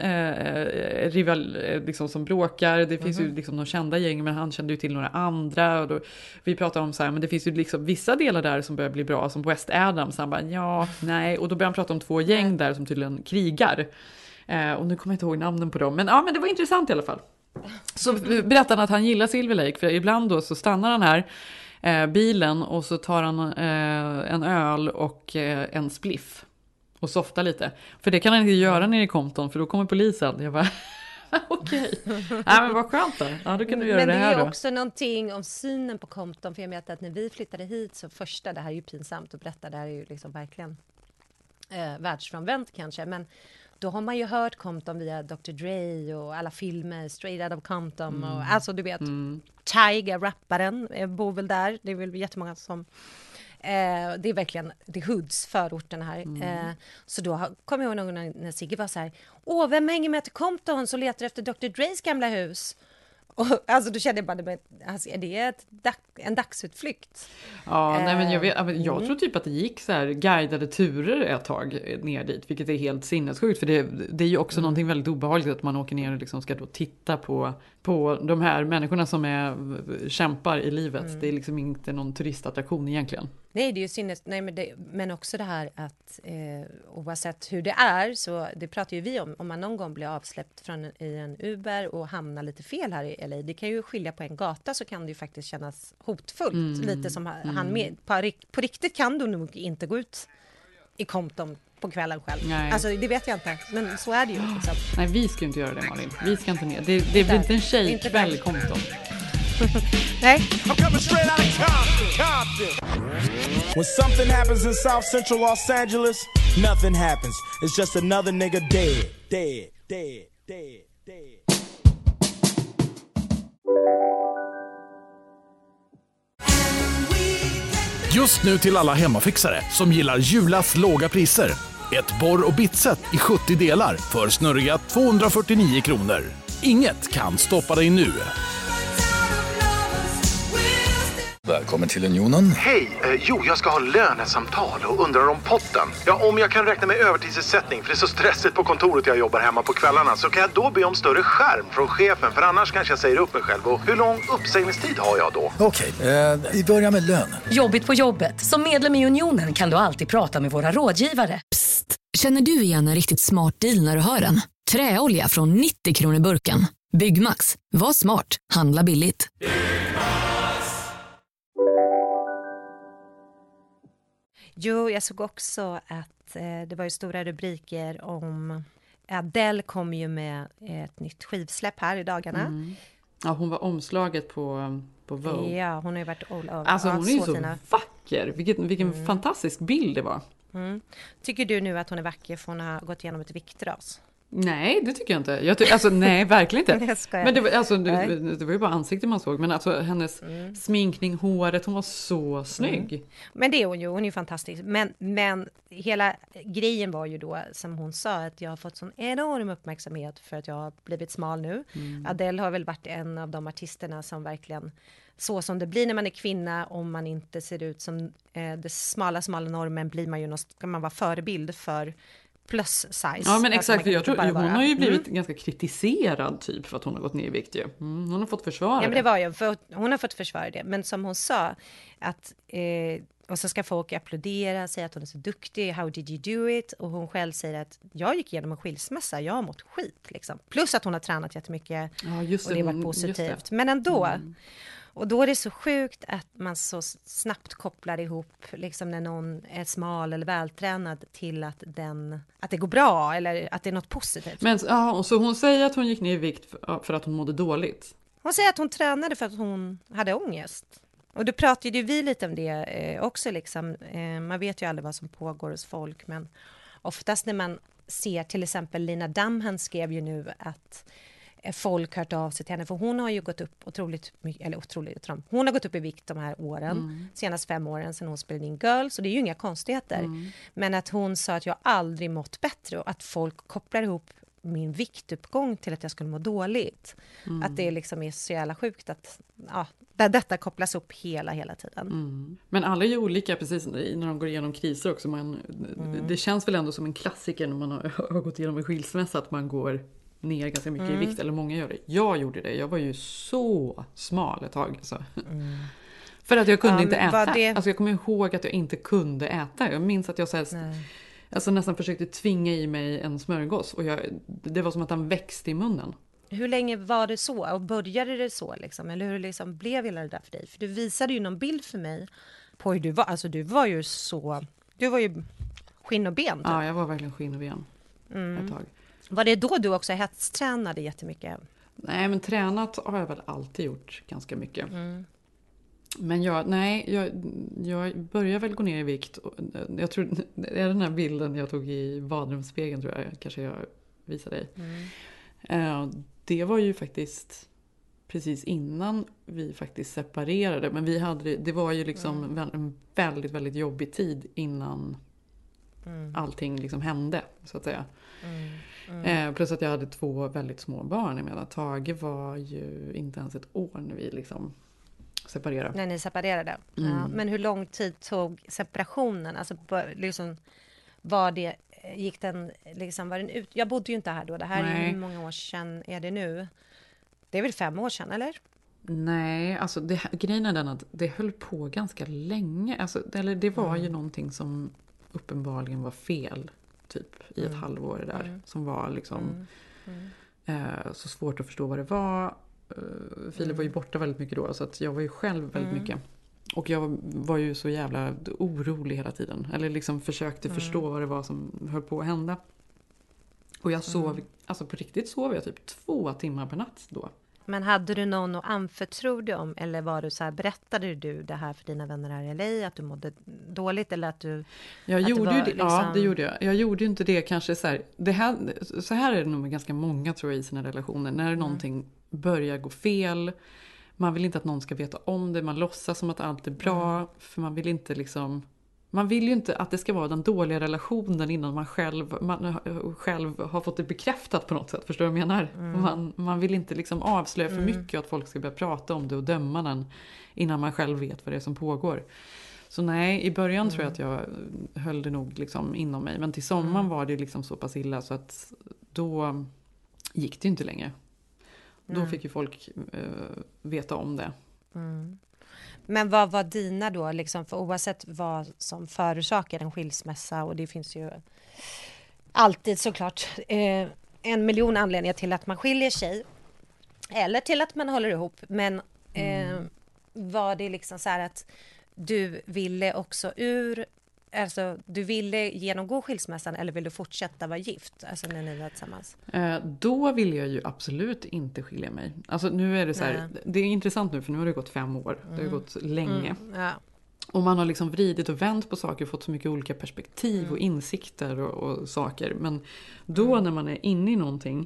eh, rival, liksom, som bråkar. Det finns mm. ju liksom några kända gäng, men han kände ju till några andra. Och då, vi pratade om så här, men det finns ju liksom vissa delar där som börjar bli bra, som West Adams. Han bara, ja, nej. Och då började han prata om två gäng där som tydligen krigar. Eh, och nu kommer jag inte ihåg namnen på dem. Men ja, men det var intressant i alla fall. Så berättade han att han gillar Silver Lake, för ibland då så stannar han här Eh, bilen och så tar han eh, en öl och eh, en spliff. och softa lite. För det kan han inte göra nere i Compton, för då kommer polisen. Jag bara, okej. Nej, men vad skönt då. Ja, då kan du göra men det här då. Men det är också någonting om synen på Compton. För jag vet att när vi flyttade hit så första, det här är ju pinsamt att berätta, det här är ju liksom verkligen eh, världsfrånvänt kanske. Men då har man ju hört Compton via doktor Dre och alla filmer, Straight Outta Compton. Mm. Och, alltså du vet, mm. Tyga, rapparen, eh, bor väl där. Det är väl jättemånga som... Eh, det är verkligen det hoods förorten här. Mm. Eh, så då kommer jag ihåg någon när, när Sigge var så här: åh, vem hänger med till Compton så letar efter doktor Dre's gamla hus? Och, alltså då kände jag bara, alltså, är det ett dag, en dagsutflykt? Ja, eh, nej, men jag, vet, jag mm. tror typ att det gick så här guidade turer ett tag ner dit, vilket är helt sinnessjukt, för det, det är ju också mm. någonting väldigt obehagligt att man åker ner och liksom ska då titta på, på de här människorna som är kämpar i livet. Mm. Det är liksom inte någon turistattraktion egentligen. Nej, det är ju sinnes, nej, men, det, men också det här att eh, oavsett hur det är, så det pratar ju vi om, om man någon gång blir avsläppt från i en Uber och hamnar lite fel här i L A, det kan ju skilja på en gata, så kan det ju faktiskt kännas hotfullt, mm. lite som han mm. med, på, på riktigt kan du nog inte gå ut i Compton på kvällen själv. Nej. Alltså det vet jag inte, men så är det ju liksom. Nej, vi ska ju inte göra det, Malin. Vi ska inte ner. Det, det blir inte en tjejkväll i Compton. Nej. When something happens in South Central Los Angeles, nothing happens. It's just another nigga dead, dead, dead, dead, dead. Just nu till alla hemmafixare som gillar Julas låga priser. Ett borr- och bitset i sjuttio delar för snurriga tvåhundrafyrtionio kronor. Inget kan stoppa dig nu. Välkommen till Unionen. Hej, eh, jo jag ska ha lönesamtal och undrar om potten. Ja, om jag kan räkna med övertidsersättning, för det är så stressigt på kontoret, jag jobbar hemma på kvällarna, så kan jag då be om större skärm från chefen, för annars kanske jag säger upp mig själv. Och hur lång uppsägningstid har jag då? Okej, eh, vi börjar med lön. Jobbigt på jobbet. Som medlem i Unionen kan du alltid prata med våra rådgivare. Psst, känner du igen en riktigt smart deal när du hör den? Träolja från nittio kronor burken. Byggmax, var smart, handla billigt. Jo, jag såg också att eh, det var ju stora rubriker om Adele kom ju med ett nytt skivsläpp här i dagarna. Mm. Ja, hon var omslaget på, på Vogue. Ja, hon har ju varit all over. Alltså hon är ju så, så fina. vacker. Vilken, vilken mm. fantastisk bild det var. Mm. Tycker du nu att hon är vacker för hon har gått igenom ett viktras? Nej, det tycker jag inte. Jag ty- alltså, nej, verkligen inte. Men det var, alltså, det, det var ju bara ansiktet man såg. Men alltså hennes mm. sminkning, håret, hon var så snygg. Mm. Men det är hon ju, hon är ju fantastisk. Men, men hela grejen var ju då, som hon sa, att jag har fått sån enorm uppmärksamhet för att jag har blivit smal nu. Mm. Adele har väl varit en av de artisterna som verkligen, så som det blir när man är kvinna, om man inte ser ut som eh, det smala, smala normen, blir man ju någon, ska man vara förebild för plus size. Ja, men exakt, för jag tror, hon har ju blivit mm. ganska kritiserad typ för att hon har gått ner i vikt ju. Mm, hon har fått försvara ja, det. Men det var ju, för hon har fått försvara det. Men som hon sa, att eh, och så ska folk applådera, säga att hon är så duktig, how did you do it? Och hon själv säger att jag gick igenom en skilsmässa, jag har mått skit liksom. Plus att hon har tränat jättemycket ja, just det, och det har varit positivt. Men ändå, mm. och då är det så sjukt att man så snabbt kopplar ihop liksom när någon är smal eller vältränad till att, den, att det går bra eller att det är något positivt. Men ja, så hon säger att hon gick ner i vikt för, för att hon mådde dåligt? Hon säger att hon tränade för att hon hade ångest. Och då pratade ju vi lite om det eh, också. Liksom. Eh, man vet ju aldrig vad som pågår hos folk. Men oftast när man ser till exempel Lina Damhan skrev ju nu att folk hört av sig till henne, för hon har ju gått upp otroligt mycket, eller otroligt, hon har gått upp i vikt de här åren, mm. senaste fem åren sedan hon spelade in Girls, så det är ju inga konstigheter. Mm. Men att hon sa att jag aldrig mått bättre och att folk kopplar ihop min viktuppgång till att jag skulle må dåligt. Mm. Att det liksom är så jävla sjukt att ja, där detta kopplas upp hela, hela tiden. Mm. Men alla är ju olika precis när de går igenom kriser också. Man, mm. Det känns väl ändå som en klassiker när man har, har gått igenom en skilsmässa att man går ner ganska mycket mm. i vikt, eller många gör det. Jag gjorde det, jag var ju så smal ett tag alltså. Mm. För att jag kunde um, inte äta. Det... Alltså jag kommer ihåg att jag inte kunde äta. Jag minns att jag så här, alltså nästan försökte tvinga i mig en smörgås och jag, det var som att den växte i munnen. Hur länge var det så? Och började det så liksom? Eller hur liksom blev hela det där för dig? För du visade ju någon bild för mig på hur du var. Alltså du var ju så... Du var ju skinn och ben. Typ. Ja, jag var verkligen skinn och ben mm. ett tag. Var det då du också hetstränade jättemycket? Nej, men tränat har jag väl alltid gjort ganska mycket. Mm. Men jag, nej, jag, jag började väl gå ner i vikt. Och jag tror, det är den här bilden jag tog i badrumsspegeln tror jag, kanske jag visar dig. Mm. Det var ju faktiskt precis innan vi faktiskt separerade. Men vi hade, det var ju liksom mm. en väldigt, väldigt jobbig tid innan mm. allting liksom hände, så att säga. Mm. Mm. Plus att jag hade två väldigt små barn. Jag menar, Tage var ju inte ens ett år när vi liksom separerade. När ni separerade. Mm. Ja, men hur lång tid tog separationen? Alltså liksom, var det, gick den, liksom, var den ut? Jag bodde ju inte här då. Det här Nej. är hur många år sedan är det nu? Det är väl fem år sedan, eller? Nej, alltså det, grejen är den att det höll på ganska länge. Alltså, eller det var mm. ju någonting som uppenbarligen var fel. Typ i ett mm. halvår där. Mm. Som var liksom mm. Mm. Eh, så svårt att förstå vad det var. Uh, Filip mm. var ju borta väldigt mycket då, så att jag var ju själv väldigt mm. mycket. Och jag var ju så jävla orolig hela tiden. Eller liksom försökte mm. förstå vad det var som höll på att hända. Och jag sov, mm. alltså på riktigt sov jag typ två timmar per natt då. Men hade du någon att anförtro dig om? Eller var du så här, berättade du det här för dina vänner här i L A? Att du mådde dåligt? Eller att du... Jag att gjorde det var, ju det, liksom... ja det gjorde jag. Jag gjorde ju inte det kanske så här. Det här, så här är det nog med ganska många tror jag i sina relationer. När mm. någonting börjar gå fel. Man vill inte att någon ska veta om det. Man låtsas som att allt är bra. Mm. För man vill inte liksom... Man vill ju inte att det ska vara den dåliga relationen innan man själv, man själv har fått det bekräftat på något sätt. Förstår du vad jag menar? Mm. Man, man vill inte liksom avslöja för mm. mycket och att folk ska börja prata om det och döma den innan man själv vet vad det är som pågår. Så nej, i början mm. tror jag att jag höll det nog liksom inom mig. Men till sommaren mm. var det liksom så pass illa så att då gick det inte längre. Mm. Då fick ju folk uh, veta om det. Mm. Men vad var dina då, liksom, för oavsett vad som förorsakar en skilsmässa, och det finns ju alltid såklart eh, en miljon anledningar till att man skiljer sig eller till att man håller ihop, men eh, mm. var det liksom så här att du ville också ur, alltså du ville genomgå skilsmässan eller vill du fortsätta vara gift, alltså när ni var tillsammans? Eh, då vill jag ju absolut inte skilja mig. Alltså nu är det så här, Nej. det är intressant nu för nu har det gått fem år, mm. det har gått länge. Mm. Ja. Och man har liksom vridit och vänt på saker och fått så mycket olika perspektiv mm. och insikter och, och saker. Men då mm. när man är inne i någonting,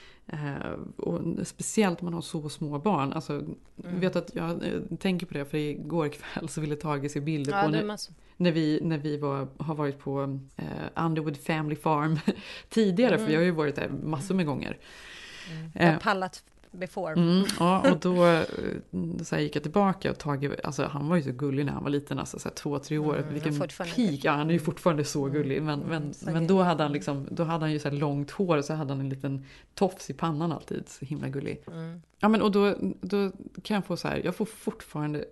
Uh, och speciellt om man har så små barn, alltså mm. vet att jag uh, tänker på det för igår kväll så ville Tage se bilder ja, på när, när vi, när vi var, har varit på uh, Underwood Family Farm tidigare mm. för jag har ju varit där massor med gånger. Mm. Jag har uh, pallat before. Mm, ja, och då så här, gick jag tillbaka och Tage, alltså han var ju så gullig när han var liten, alltså så här, två, tre år. Mm, vilken peak, ja han är ju fortfarande så gullig, men, men, mm, men då hade han liksom, då hade han ju så här långt hår och så hade han en liten tofs i pannan alltid, så himla gullig. Mm. Ja men och då, då kan jag få så här, jag får fortfarande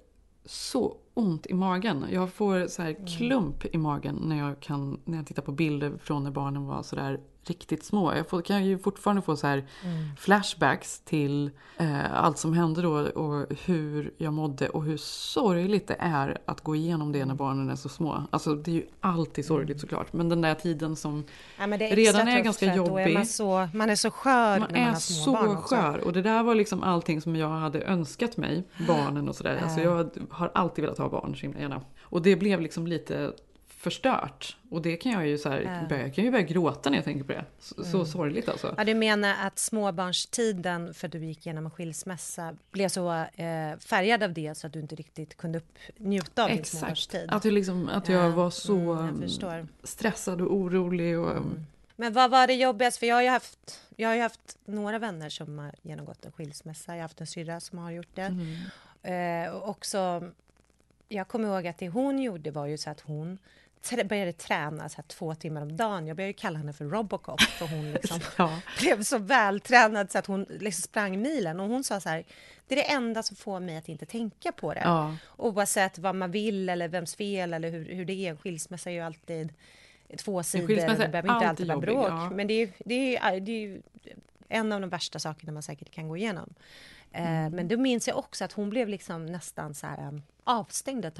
så ont i magen. Jag får så här klump i magen när jag kan, när jag tittar på bilder från när barnen var så där riktigt små. Jag får, kan ju fortfarande få så här mm. flashbacks till eh, allt som hände då och hur jag mådde och hur sorgligt det är att gå igenom det när barnen är så små. Alltså det är ju alltid sorgligt såklart, men den där tiden som ja, men det är redan är ganska jobbig. Är man, så, man är så skör man när man är har små så barn också. skör och det där var liksom allting som jag hade önskat mig, barnen och sådär. Alltså jag har alltid velat ha barn så himla gärna. Och det blev liksom lite förstört. Och det kan jag ju så här, äh. börja, jag kan ju börja gråta när jag tänker på det. Så, mm. så sorgligt alltså. Ja, du menar att småbarnstiden, för du gick igenom en skilsmässa, blev så eh, färgad av det så att du inte riktigt kunde upp, njuta av Exakt. din småbarnstid? Att, jag liksom, att jag ja. var så mm, jag stressad och orolig. Och, mm. Men vad var det jobbigast? För jag har ju haft, jag har ju haft några vänner som har genomgått en skilsmässa. Jag har haft en syrra som har gjort det. Mm. Eh, och också, jag kommer ihåg att det hon gjorde var ju så att hon började träna så här två timmar om dagen. Jag började ju kalla henne för Robocop för hon liksom ja. blev så vältränad så att hon liksom sprang milen. Och hon sa så här, det är det enda som får mig att inte tänka på det. Ja. Oavsett vad man vill eller vems fel eller hur, hur det är. En skilsmässa är ju alltid två sidor. Det behöver inte alltid vara bråk. Ja. Men det är, det, är, det är ju en av de värsta sakerna man säkert kan gå igenom. Mm. Eh, men då minns jag också att hon blev liksom nästan så här um, avstängd ett tag.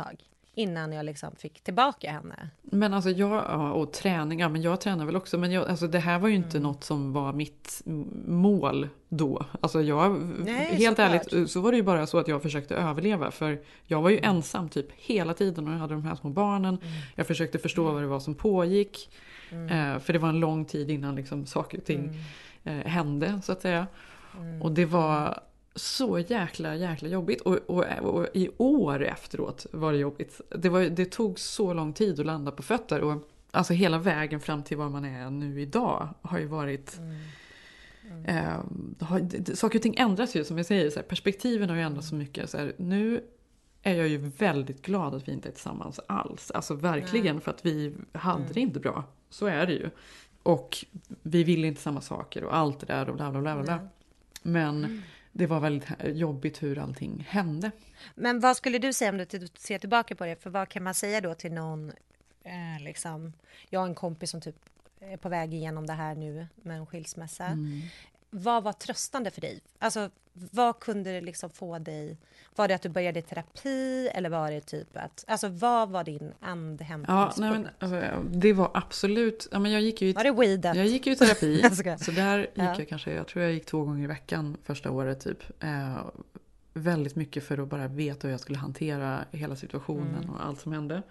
innan jag liksom fick tillbaka henne. Men alltså jag, ja, och träning, ja, men jag tränar väl också, men jag, alltså det här var ju inte mm. något som var mitt mål då. Alltså jag, Nej, helt ärligt, klart. Så var det ju bara så att jag försökte överleva, för jag var ju mm. ensam typ hela tiden och jag hade de här små barnen. Mm. Jag försökte förstå mm. vad det var som pågick, mm. eh, för det var en lång tid innan liksom saker och ting mm. eh, hände, så att säga. Mm. Och det var så jäkla, jäkla jobbigt. Och, och, och i år efteråt var det jobbigt. Det, var, det tog så lång tid att landa på fötter. Och alltså hela vägen fram till var man är nu idag har ju varit... Mm. Mm. Eh, har, det, saker och ting ändras ju, som jag säger. Så här, perspektiven har ju ändrats så mycket. Så här, nu är jag ju väldigt glad att vi inte är tillsammans alls. Alltså verkligen, mm. för att vi hade mm. det inte bra. Så är det ju. Och vi ville inte samma saker och allt det där och bla bla bla bla. Mm. Men... Mm. Det var väldigt jobbigt hur allting hände. Men vad skulle du säga om du ser tillbaka på det? För vad kan man säga då till någon, eh, liksom, jag har en kompis som typ är på väg igenom det här nu med en skilsmässa. Mm. Vad var tröstande för dig? Alltså, vad kunde det liksom få dig? Var det att du började i terapi eller var det typ att, alltså vad var din andhämtningspunkt? Ja, nej men alltså, det var absolut, ja, men jag gick ju i, var det weedet? Jag gick ju i terapi, så där gick ja. jag kanske, jag tror jag gick två gånger i veckan första året typ. Eh, väldigt mycket för att bara veta hur jag skulle hantera hela situationen mm. och allt som hände.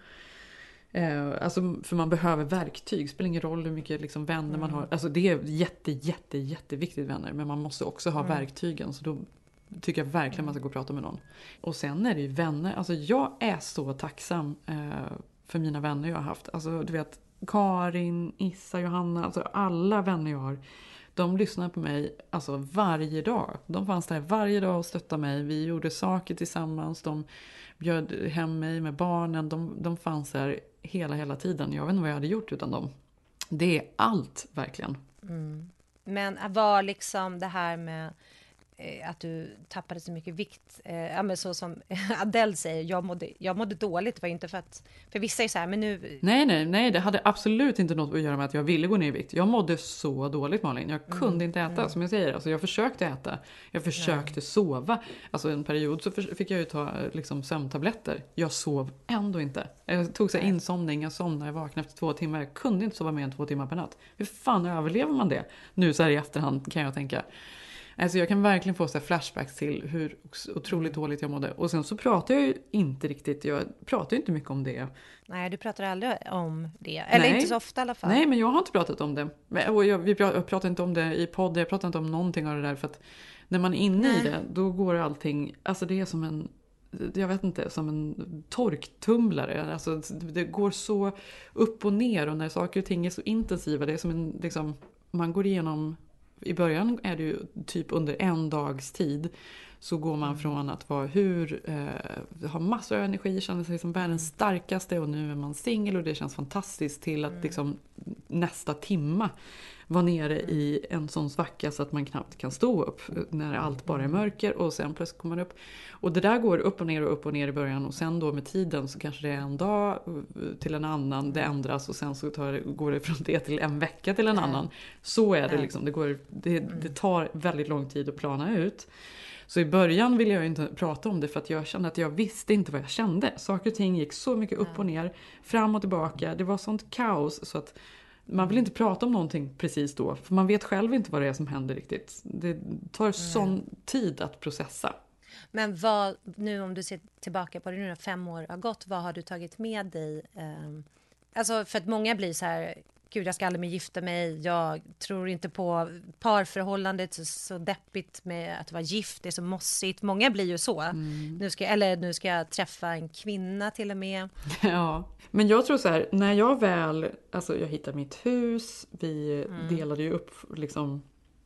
Eh, alltså, för man behöver verktyg. Spelar ingen roll hur mycket liksom vänner mm. man har. Alltså, det är jätte, jätte, jätteviktigt vänner. Men man måste också ha mm. verktygen. Så då tycker jag verkligen man ska gå och prata med någon. Och sen är det ju vänner. Alltså, jag är så tacksam eh, för mina vänner jag har haft. Alltså, du vet, Karin, Issa, Johanna. Alltså, alla vänner jag har. De lyssnar på mig alltså, varje dag. De fanns där varje dag och stöttade mig. Vi gjorde saker tillsammans. De bjöd hem mig med barnen. De, de fanns där hela, hela tiden. Jag vet inte vad jag hade gjort utan dem. Det är allt, verkligen. Mm. Men var liksom det här med eh, att du tappade så mycket vikt. Eh, ja, men så som Adele säger, jag mådde, jag mådde dåligt. Det var inte för att, för vissa är så här, men nu... Nej, nej, nej. Det hade absolut inte något att göra med att jag ville gå ner i vikt. Jag mådde så dåligt, Malin. Jag kunde mm. inte äta, mm. som jag säger. Alltså, jag försökte äta. Jag försökte nej. sova. Alltså en period så fick jag ju ta liksom, sömntabletter. Jag sov ändå inte. Jag tog så här, insomning, jag somnade, jag vaknade efter två timmar. Jag kunde inte sova mer än två timmar per natt. Hur fan överlever man det? Nu så här i efterhand kan jag tänka... Alltså jag kan verkligen få så här flashbacks till hur otroligt dåligt jag mådde. Och sen så pratar jag ju inte riktigt, jag pratar ju inte mycket om det. Nej, du pratar aldrig om det. Eller Nej. inte så ofta i alla fall. Nej, men jag har inte pratat om det. Och jag, vi pratar, jag pratar inte om det i podd, jag pratar inte om någonting av det där. För att när man är inne Nej. i det, då går allting, alltså det är som en, jag vet inte, som en torktumlare. Alltså det går så upp och ner och när saker och ting är så intensiva, det är som en, liksom, man går igenom... I början är det ju typ under en dags tid så går man från att vara hur, eh, ha massor av energi, känner sig som världens starkaste och nu är man singel och det känns fantastiskt till att liksom, nästa timma vara nere i en sån svacka så att man knappt kan stå upp när allt bara är mörker och sen plötsligt kommer man upp. Och det där går upp och ner och upp och ner i början och sen då med tiden så kanske det är en dag till en annan, det ändras och sen så tar, går det från det till en vecka till en annan. Så är det liksom, det, går, det, det tar väldigt lång tid att plana ut. Så i början ville jag inte prata om det för att jag kände att jag visste inte vad jag kände. Saker och ting gick så mycket upp och ner, fram och tillbaka. Det var sånt kaos så att man vill inte prata om någonting precis då. För man vet själv inte vad det är som händer riktigt. Det tar mm. sån tid att processa. Men vad, nu om du ser tillbaka på det nu när fem år har gått, vad har du tagit med dig? Um, alltså för att många blir så här, gud jag ska aldrig mer gifta mig, jag tror inte på parförhållandet, så, så deppigt med att vara gift, det är så mossigt. Många blir ju så. Mm. Nu ska, eller nu ska jag träffa en kvinna till och med. Ja, men jag tror så här, när jag väl, alltså jag hittade mitt hus, vi mm. delade ju upp liksom,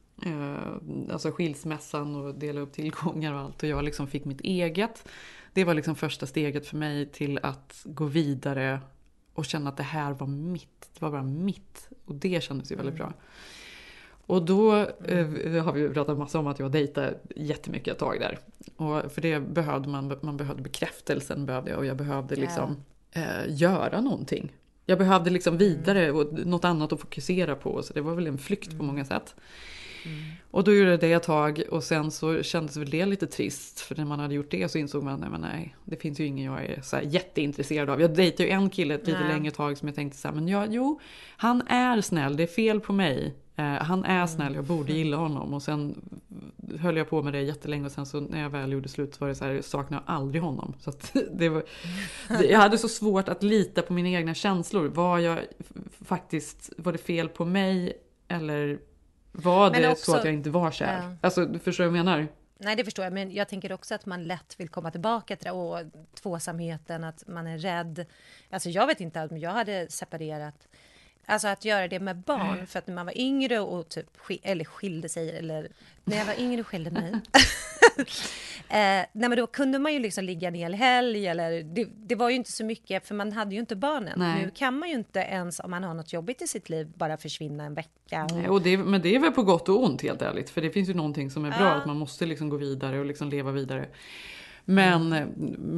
eh, alltså skilsmässan och delade upp tillgångar och allt och jag liksom fick mitt eget. Det var liksom första steget för mig till att gå vidare och känna att det här var mitt. Det var bara mitt. Och det kändes ju väldigt mm. bra. Och då eh, har vi pratat massa om att jag dejtade jättemycket ett tag där. Och för det behövde man, man behövde bekräftelsen behövde jag. Och jag behövde liksom yeah. eh, göra någonting. Jag behövde liksom vidare och något annat att fokusera på. Så det var väl en flykt mm. på många sätt. Och då gjorde jag det ett tag och sen så kändes väl det lite trist. För när man hade gjort det så insåg man, nej men nej, det finns ju ingen jag är så här jätteintresserad av. Jag dejtade ju en kille ett lite nej. längre tag som jag tänkte så här, men ja, jo, han är snäll, det är fel på mig. Uh, han är snäll, jag borde gilla honom. Och sen höll jag på med det jättelänge och sen så när jag väl gjorde slut så var det så här, jag saknar aldrig honom. Så att det var, det, jag hade så svårt att lita på mina egna känslor. Var jag faktiskt, var det fel på mig eller var det också, så att jag inte var kär? Ja. Alltså, du förstår vad jag menar? Nej, det förstår jag. Men jag tänker också att man lätt vill komma tillbaka till det. Och tvåsamheten, att man är rädd. Alltså jag vet inte om jag hade separerat. Alltså att göra det med barn. För att när man var yngre och typ sk- eller skilde sig. Eller när jag var yngre och skilde mig. eh, nej, men då kunde man ju liksom ligga en hel helg. Eller, det, det var ju inte så mycket. För man hade ju inte barnen. Nej. Nu kan man ju inte ens om man har något jobbigt i sitt liv. Bara försvinna en vecka. Och... Nej, och det, men det är väl på gott och ont helt ärligt. För det finns ju någonting som är bra. Ja. Att man måste liksom gå vidare och liksom leva vidare. Men, mm.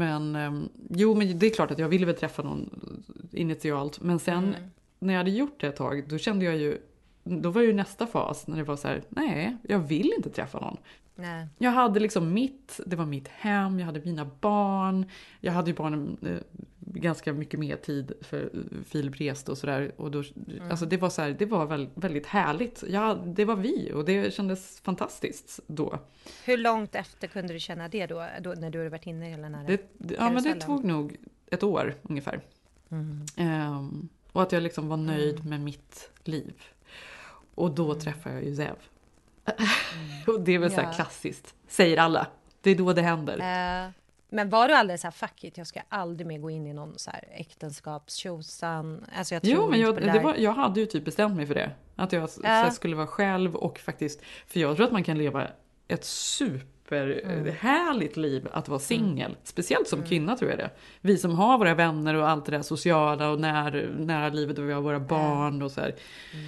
men jo, men det är klart att jag ville väl träffa någon initialt. Men sen... Mm. När jag hade gjort det ett tag, då kände jag ju, då var ju nästa fas när det var så här, nej, jag vill inte träffa någon. Nej. Jag hade liksom mitt, det var mitt hem, jag hade mina barn, jag hade ju barnen eh, ganska mycket mer tid för Filip reste och sådär. Och då, mm. alltså det var så här, det var väl, väldigt härligt. Ja, det var vi och det kändes fantastiskt då. Hur långt efter kunde du känna det då, då när du hade varit inne i hela den här det, Ja, men det tog nog ett år ungefär. Mm. Um, Och att jag liksom var nöjd mm. med mitt liv. Och då mm. träffade jag ju Zev. Mm. Och det är väl ja. så här klassiskt. Säger alla. Det är då det händer. Uh, men var du aldrig så här, fuck it, jag ska aldrig mer gå in i någon så här äktenskapstjosan. Alltså jag tror jo, men jag, det det var, jag hade ju typ bestämt mig för det. Att jag uh. så här, skulle vara själv och faktiskt... För jag tror att man kan leva ett super... Mm. härligt liv att vara singel. Mm. Speciellt som mm. kvinna tror jag det. Vi som har våra vänner och allt det där sociala och när, nära livet och vi har våra barn och så här.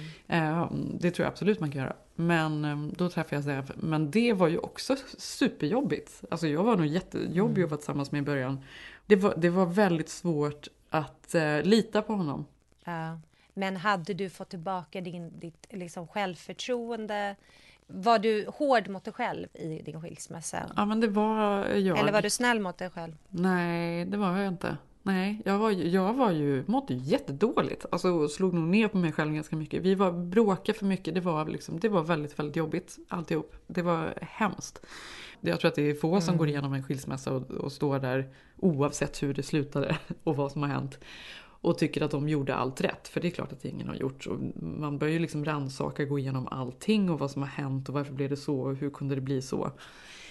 Mm. Um, det tror jag absolut man kan göra. Men um, då träffade jag Zev. Men det var ju också superjobbigt. Alltså jag var nog jättejobbig mm. att vara tillsammans med i början. Det var, det var väldigt svårt att uh, lita på honom. Ja. Men hade du fått tillbaka din, ditt liksom, självförtroende? Var du hård mot dig själv i din skilsmässa? Ja, men det var jag. Eller var du snäll mot dig själv? Nej, det var jag inte. Nej, jag var, jag var ju, mådde jättedåligt. Alltså slog nog ner på mig själv ganska mycket. Vi var bråka för mycket. Det var, liksom, det var väldigt, väldigt jobbigt. Alltihop. Det var hemskt. Jag tror att det är få som mm. går igenom en skilsmässa och, och står där oavsett hur det slutade och vad som har hänt. Och tycker att de gjorde allt rätt. För det är klart att ingen har gjort. Och man börjar ju liksom rannsaka, gå igenom allting. Och vad som har hänt. Och varför blev det så. Och hur kunde det bli så. Um,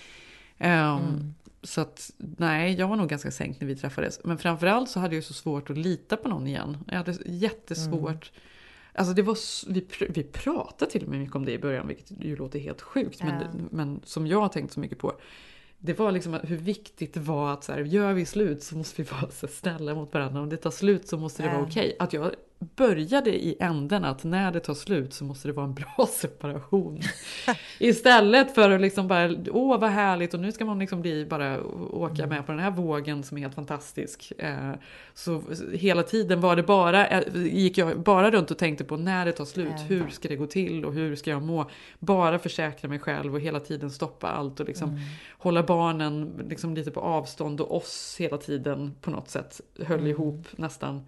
mm. Så att nej, jag var nog ganska sänkt när vi träffades. Men framförallt så hade jag så svårt att lita på någon igen. Jag hade jättesvårt. Mm. Alltså det var, vi, pr- vi pratade till och med mycket om det i början. Vilket ju låter helt sjukt. Mm. Men, men som jag har tänkt så mycket på. Det var liksom hur viktigt det var att så här, gör vi slut så måste vi vara så snälla mot varandra. Om det tar slut så måste det vara okej. Okay. Att jag började i änden att när det tar slut så måste det vara en bra separation. Istället för att liksom bara, åh vad härligt och nu ska man liksom bli bara åka mm. med på den här vågen som är helt fantastisk. Eh, så hela tiden var det bara, gick jag bara runt och tänkte på när det tar slut. Mm. Hur ska det gå till och hur ska jag må? Bara försäkra mig själv och hela tiden stoppa allt och liksom mm. hålla barnen liksom lite på avstånd och oss hela tiden på något sätt höll mm. ihop nästan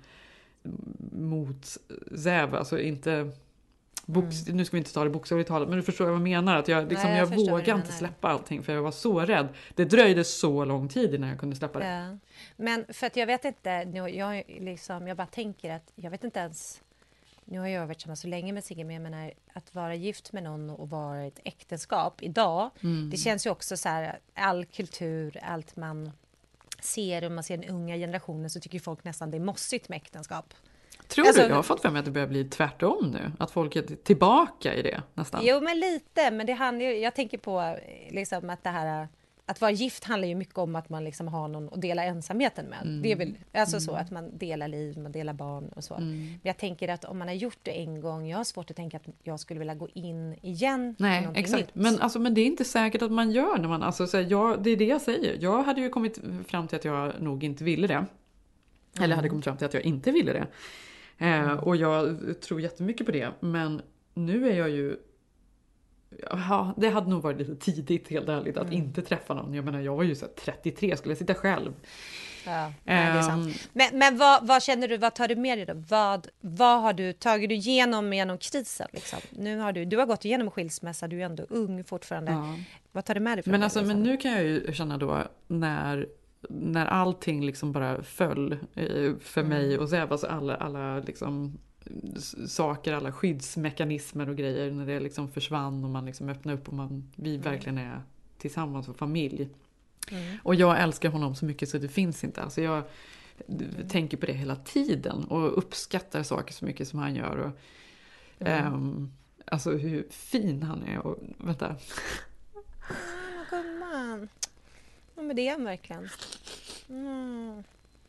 mot Zev, alltså inte box, mm. nu ska vi inte ta det bokstavligt talat, men du förstår vad jag menar, att jag, liksom, Nej, jag, jag vågade inte släppa allting för jag var så rädd. Det dröjde så lång tid innan jag kunde släppa det. Ja. Men för att jag vet inte, jag, liksom, jag bara tänker att jag vet inte ens, nu har jag varit samma så länge med Sigge, men jag menar att vara gift med någon och vara i ett äktenskap idag, mm. det känns ju också så här, all kultur, allt man ser, om man ser den unga generationen så tycker folk nästan det är mossigt med äktenskap. Tror alltså, du? Jag har fått för mig att det börjar bli tvärtom nu. Att folk är tillbaka i det nästan. Jo, men lite. Men det handlar ju, jag tänker på liksom att det här, att vara gift handlar ju mycket om att man liksom har någon att dela ensamheten med. Mm. Det är väl alltså mm. så att man delar liv, man delar barn och så. Mm. Men jag tänker att om man har gjort det en gång, jag har svårt att tänka att jag skulle vilja gå in igen. Nej, exakt. Nytt. Men, alltså, men det är inte säkert att man gör när man, alltså, så här, jag, det är det jag säger. Jag hade ju kommit fram till att jag nog inte ville det. Mm. Eller hade kommit fram till att jag inte ville det. Eh, och jag tror jättemycket på det. Men nu är jag ju Ja, det hade nog varit lite tidigt, helt ärligt, att Mm. inte träffa någon. Jag menar, jag var ju så här trettiotre, skulle jag sitta själv. Ja, nej, det är sant. Ehm, Men, men vad, vad känner du, vad tar du med dig då? Vad, vad har du tagit du igenom genom krisen? Liksom? Nu har du, du har gått igenom skilsmässa, du är ändå ung fortfarande. Ja. Vad tar du med dig från Men, det, alltså, liksom? men nu kan jag ju känna då, när, när allting liksom bara föll eh, för Mm. mig, och så här, alltså alla, alla liksom, s- saker, alla skyddsmekanismer och grejer, när det liksom försvann och man liksom öppnar upp och man, vi Mm. verkligen är tillsammans som familj. Mm. Och jag älskar honom så mycket så det finns inte. Alltså jag tänker på det hela tiden och uppskattar saker så mycket som han gör. Och, Mm. ehm, alltså hur fin han är. Och, vänta. Ah, gumman. Ja, men det är han verkligen. Mm.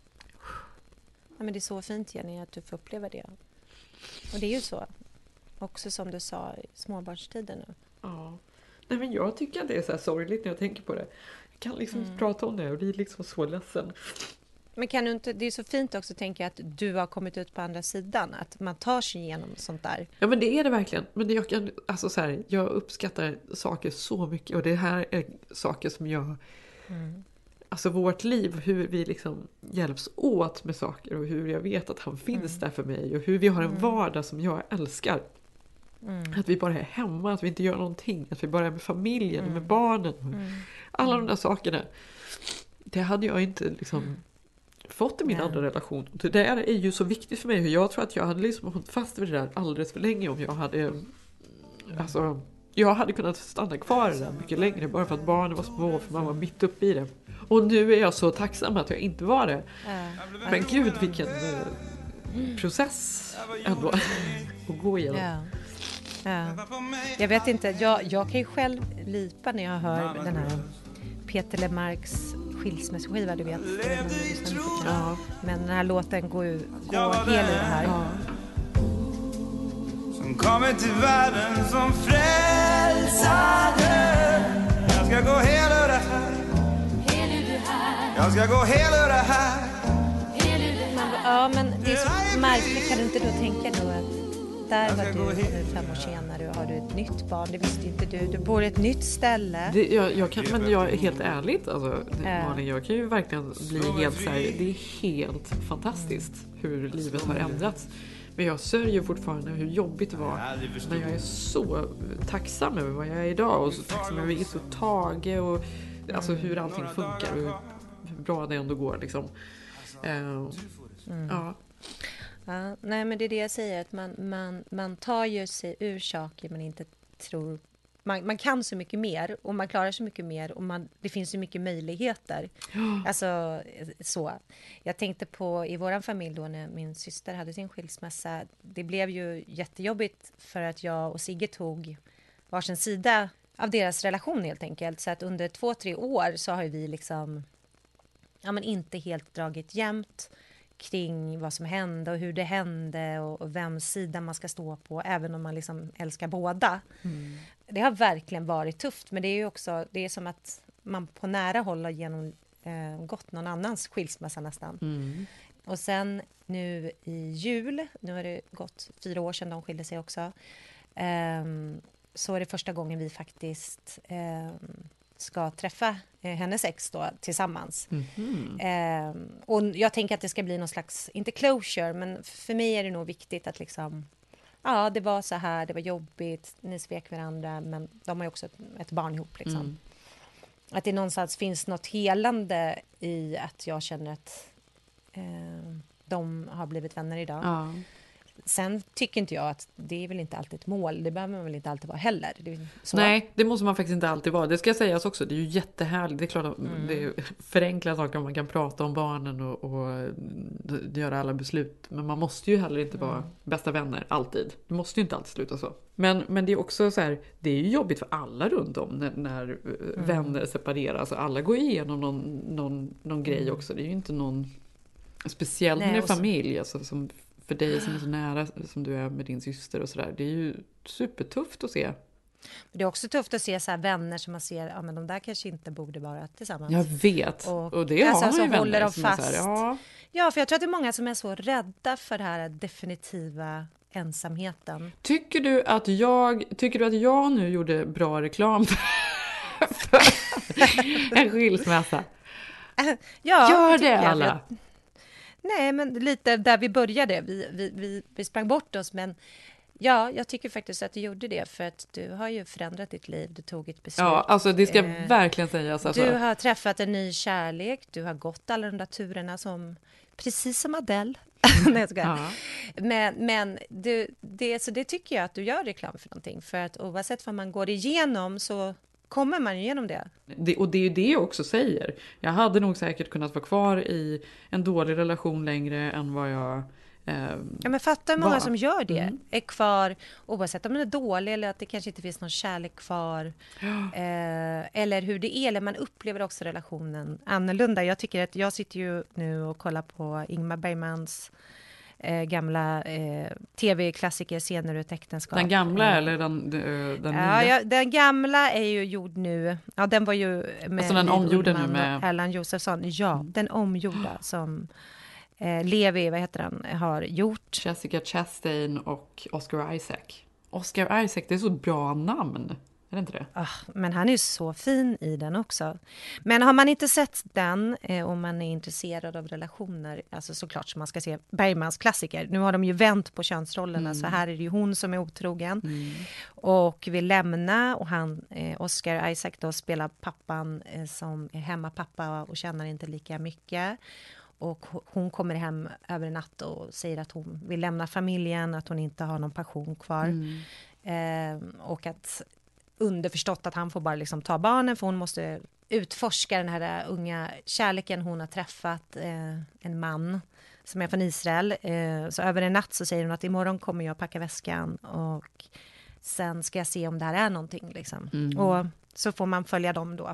Ja, men det är så fint, Jenny, att du får uppleva det. Och det är ju så. Också som du sa, i småbarnstiden nu. Ja. Nej, men jag tycker att det är så här sorgligt när jag tänker på det. Jag kan liksom Mm. inte prata om det och blir liksom så ledsen. Men kan du inte, det är så fint också att tänka att du har kommit ut på andra sidan. Att man tar sig igenom sånt där. Ja, men det är det verkligen. Men det, jag, kan, alltså så här, jag uppskattar saker så mycket. Och det här är saker som jag... Mm. Alltså vårt liv, hur vi liksom hjälps åt med saker. Och hur jag vet att han finns Mm. där för mig. Och hur vi har en Mm. vardag som jag älskar. Mm. Att vi bara är hemma, att vi inte gör någonting. Att vi bara är med familjen och med Mm. barnen. Och Mm. alla de där sakerna. Det hade jag inte liksom... fått i min Nej. andra relation. Det där är ju så viktigt för mig. Jag tror att jag hade liksom hållit fast vid det där alldeles för länge om jag hade... Alltså, jag hade kunnat stanna kvar där mycket längre bara för att barnen var små, för man var mitt uppe i det. Och nu är jag så tacksam att jag inte var det. Ja. Men gud, vilken eh, process ändå att gå igenom. Ja. Ja. Jag vet inte, jag, jag kan ju själv lipa när jag hör den här Peter Lemarks skilsmässoskiva, du vet. Jag vet inte om du lyssnar mycket på den. Ja. Men den här låten går ju går hel i det här. Ja. Som kommer till världen som frälsare. Jag ska gå hel ur det här. Jag ska gå hel ur det här. Men, ja, men det är så märkligt. Kan du inte då tänka då att där var du och nu fem år senare har du ett nytt barn. Det visste inte du. Du bor i ett nytt ställe. Det, jag, jag kan, men jag är helt ärligt, alltså, Ja. Malin, jag kan ju verkligen bli helt så här, det är helt fantastiskt hur livet har ändrats. Men jag sörjer fortfarande hur jobbigt det var när jag är så tacksam över vad jag är idag och så tacksam över Is och Tage och alltså hur allting funkar och hur, hur bra det ändå går liksom. Uh, Mm. Ja. Ja, nej, men det är det jag säger, att man, man, man tar ju sig ur saker man inte tror. Man, man kan så mycket mer och man klarar så mycket mer och man, det finns så mycket möjligheter. Ja. Alltså så. Jag tänkte på i våran familj då när min syster hade sin skilsmässa. Det blev ju jättejobbigt för att jag och Sigge tog varsin sida av deras relation helt enkelt. Så att under två, tre år så har vi liksom ja, men inte helt dragit jämnt kring vad som hände och hur det hände och, och vems sida man ska stå på, även om man liksom älskar båda. Mm. Det har verkligen varit tufft, men det är ju också, det är som att man på nära håll har genom, eh, gått någon annans skilsmässa nästan. Mm. Och sen nu i jul, nu har det gått fyra år sedan de skilde sig också, eh, så är det första gången vi faktiskt eh, ska träffa eh, hennes ex då tillsammans. Mhm. Eh, och jag tänker att det ska bli någon slags, inte closure, men för mig är det nog viktigt att liksom, ja, det var så här, det var jobbigt, ni svek varandra, men de har ju också ett, ett barn ihop liksom. Mm. Att det någonstans finns något helande i att jag känner att eh, de har blivit vänner idag. Ja. Sen tycker inte jag att det är väl inte alltid ett mål. Det behöver man väl inte alltid vara heller. Det är så. Nej, det måste man faktiskt inte alltid vara. Det ska sägas också, det är ju jättehärligt. Det är klart att Mm. det är förenkla saker, man kan prata om barnen och, och göra alla beslut. Men man måste ju heller inte vara Mm. bästa vänner, alltid. Det måste ju inte alltid sluta så. Men, men det är också så här, det är ju jobbigt för alla runt om när, när mm. vänner separeras. Alla går igenom någon, någon, någon grej Mm. också. Det är ju inte någon speciellt Nej, med och så- familj, alltså, som för dig som är så nära som du är med din syster och sådär. Det är ju supertufft att se. Det är också tufft att se så här vänner som man ser, ja men de där kanske inte borde vara tillsammans. Jag vet. Och, och det alltså, har man ju så håller vänner de som är fast. så här, ja. Ja, för jag tror att det är många som är så rädda för det här definitiva ensamheten. Tycker du att jag, tycker du att jag nu gjorde bra reklam för en skilsmässa? Ja, gör det alla? Jag. Nej, men lite där vi började. Vi, vi, vi, vi sprang bort oss, men ja, jag tycker faktiskt att du gjorde det, för att du har ju förändrat ditt liv. Du tog ett beslut. Ja, alltså det ska eh, verkligen sägas. Alltså. Du har träffat en ny kärlek. Du har gått alla de där turerna som, precis som Adele. Nej, jag ska. Ja. Men, men du, det, så det tycker jag att du gör reklam för någonting. För att oavsett vad man går igenom så kommer man igenom det. det. Och det är ju det jag också säger. Jag hade nog säkert kunnat vara kvar i en dålig relation längre än vad jag eh, Ja, men fattar många var. som gör det. Mm. Är kvar oavsett om den är dålig eller att det kanske inte finns någon kärlek kvar. Eh, eller hur det är. Eller man upplever också relationen annorlunda. Jag tycker att jag sitter ju nu och kollar på Ingmar Bergmans Eh, gamla eh, tv-klassiker, Scener ur ett äktenskap. Den gamla eh, eller den, den, den ja, nya? Ja, den gamla är ju gjord nu. Ja, den var ju med alltså den omgjorda nu med Erland Josefsson. Ja, mm. den omgjorda som eh, Levi, vad heter han, har gjort. Jessica Chastain och Oscar Isaac. Oscar Isaac, det är så bra namn. Är det inte det? Oh, men han är ju så fin i den också. Men har man inte sett den eh, och man är intresserad av relationer, alltså såklart som man ska se Bergmans klassiker. Nu har de ju vänt på könsrollerna, mm. så här är det ju hon som är otrogen mm. och vill lämna, och han, eh, Oscar Isaac då, spelar pappan eh, som är hemmapappa och känner inte lika mycket. Och hon kommer hem över en natt och säger att hon vill lämna familjen, att hon inte har någon passion kvar. Mm. Eh, och att underförstått att han får bara liksom ta barnen, för hon måste utforska den här unga kärleken hon har träffat, eh, en man som är från Israel. Eh, så över en natt så säger hon att imorgon kommer jag packa väskan och sen ska jag se om det här är någonting. Liksom. Mm. Och så får man följa dem då.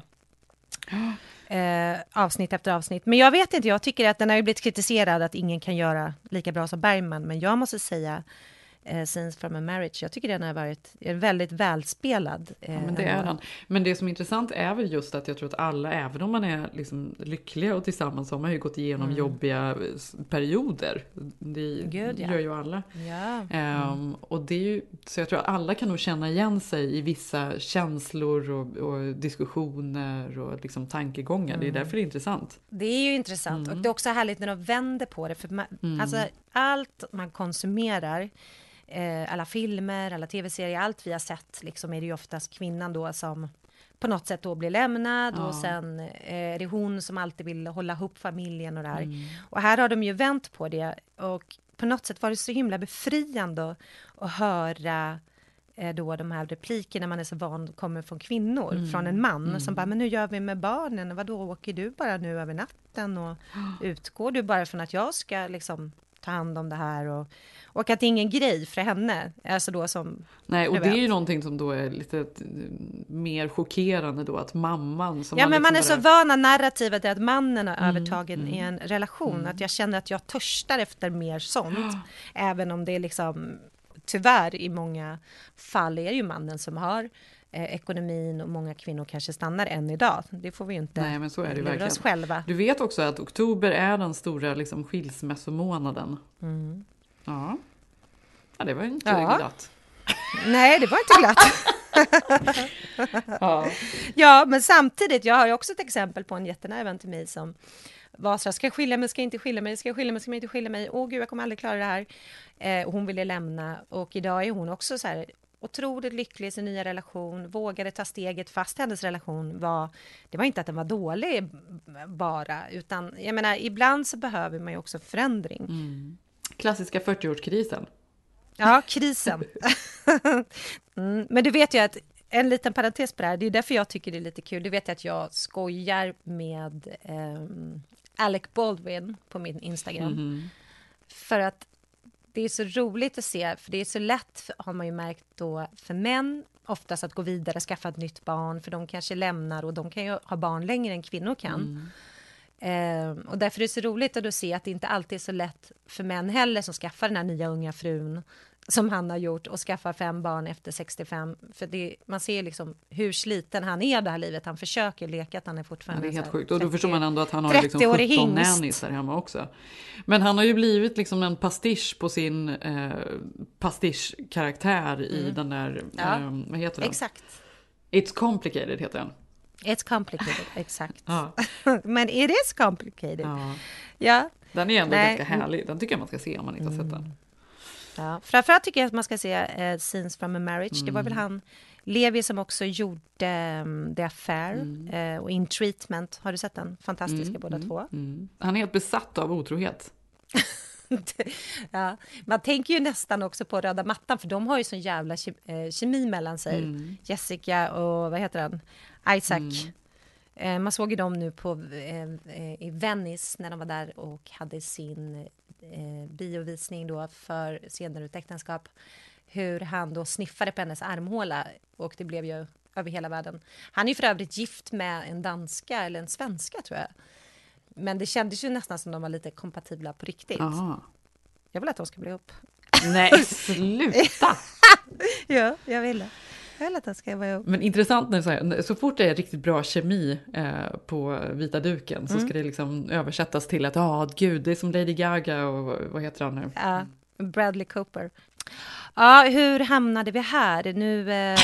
Eh, avsnitt efter avsnitt. Men jag vet inte, jag tycker att den har ju blivit kritiserad att ingen kan göra lika bra som Bergman, men jag måste säga Uh, Scenes from a Marriage. Jag tycker den har varit väldigt välspelad. Uh, ja, men det är den. Men det som är intressant är väl just att jag tror att alla, även om man är liksom lyckliga och tillsammans, har man ju gått igenom mm. jobbiga perioder. Det Gud, ja. gör ju alla. Ja. Um, mm. Och det är ju, så jag tror att alla kan nog känna igen sig i vissa känslor och, och diskussioner och liksom tankegångar. Mm. Det är därför det är intressant. Det är ju intressant. Mm. Och det är också härligt när de vänder på det. För man, mm. alltså, allt man konsumerar, Eh, alla filmer, alla tv-serier, allt vi har sett, liksom är det ju oftast kvinnan då som på något sätt då blir lämnad ja. och sen eh, är det hon som alltid vill hålla ihop familjen och det här. Mm. Och här har de ju vänt på det, och på något sätt var det så himla befriande att höra eh, då de här replikerna man är så van kommer från kvinnor, mm. från en man mm. som bara, men nu gör vi med barnen, vad då åker du bara nu över natten och utgår du bara från att jag ska liksom ta hand om det här, och, och att det är ingen grej för henne. Alltså då som, nej, och det vet. Är ju någonting som då är lite mer chockerande då, att mamman som ja, man men liksom man är bara... så van narrativet är att mannen har mm, övertagit mm, i en relation. mm. Att jag känner att jag törstar efter mer sånt. Även om det är liksom, tyvärr i många fall är det ju mannen som har eh, ekonomin, och många kvinnor kanske stannar än idag. Det får vi ju inte. Nej, men så är det verkligen. Oss själva. Du vet också att oktober är den stora liksom skilsmässomånaden. Mm. Ja. Ja, det var inte ja. glatt. Nej, det var inte glatt. ja. ja, men samtidigt, jag har ju också ett exempel på en jättenära vän till mig som var så här, ska jag skilja mig, ska jag inte skilja mig, ska jag skilja mig, ska jag inte skilja mig, åh gud, jag kommer aldrig klara det här. Eh, hon ville lämna, och idag är hon också så här otroligt lycklig i sin nya relation, vågade ta steget, fast hennes relation var, det var inte att den var dålig bara, utan jag menar, ibland så behöver man ju också förändring. Mm. Klassiska fyrtioårskrisen. Ja, krisen. mm, men du vet ju att, en liten parentes på det här, det är därför jag tycker det är lite kul, du vet att jag skojar med eh, Alec Baldwin på min Instagram. Mm. För att det är så roligt att se, för det är så lätt, har man ju märkt då, för män oftast att gå vidare, skaffa ett nytt barn, för de kanske lämnar, och de kan ju ha barn längre än kvinnor kan. Eh, och därför är det så roligt att se att det inte alltid är så lätt för män heller som skaffar den här nya unga frun som han har gjort och skaffar fem barn efter sextiofem. För det, man ser liksom hur sliten han är det här livet. Han försöker leka att han är fortfarande... Ja, det är helt här, sjukt. Och då trettio, förstår man ändå att han har liksom sjutton nannies där hemma också. Men han har ju blivit liksom en pastisch på sin eh, pastischkaraktär mm. i den där... Ja, eh, vad heter den? Exakt. It's complicated heter den. It's complicated, exakt. Ja. Men it is complicated. Ja. Ja. Den är ändå Nej. ganska härlig. Den tycker jag man ska se om man inte har sett den. Ja. Framförallt tycker jag att man ska se uh, Scenes from a Marriage. Mm. Det var väl han, Levi, som också gjorde um, The Affair mm. uh, och In Treatment. Har du sett den? Fantastiska mm. båda mm. två. Mm. Han är helt besatt av otrohet. Ja, man tänker ju nästan också på Röda mattan, för de har ju sån jävla ke- kemi mellan sig. Mm. Jessica och vad heter han? Isaac. Mm. Eh, man såg ju dem nu på eh, i Venice när de var där och hade sin eh, biovisning då för senare ut äktenskap. Hur han då sniffade på hennes armhåla, och det blev ju över hela världen. Han är ju för övrigt gift med en danska eller en svenska, tror jag. Men det kändes ju nästan som de var lite kompatibla på riktigt. Aha. Jag vill att de ska bli ihop. Nej, sluta! Ja, jag vill det. Jag vill att de ska bli ihop. Men intressant när så, här, så fort det är riktigt bra kemi eh, på vita duken mm. så ska det liksom översättas till att ja, oh, gud, det är som Lady Gaga och vad heter han nu? Ja, Bradley Cooper. Ja, hur hamnade vi här? Nu... Eh...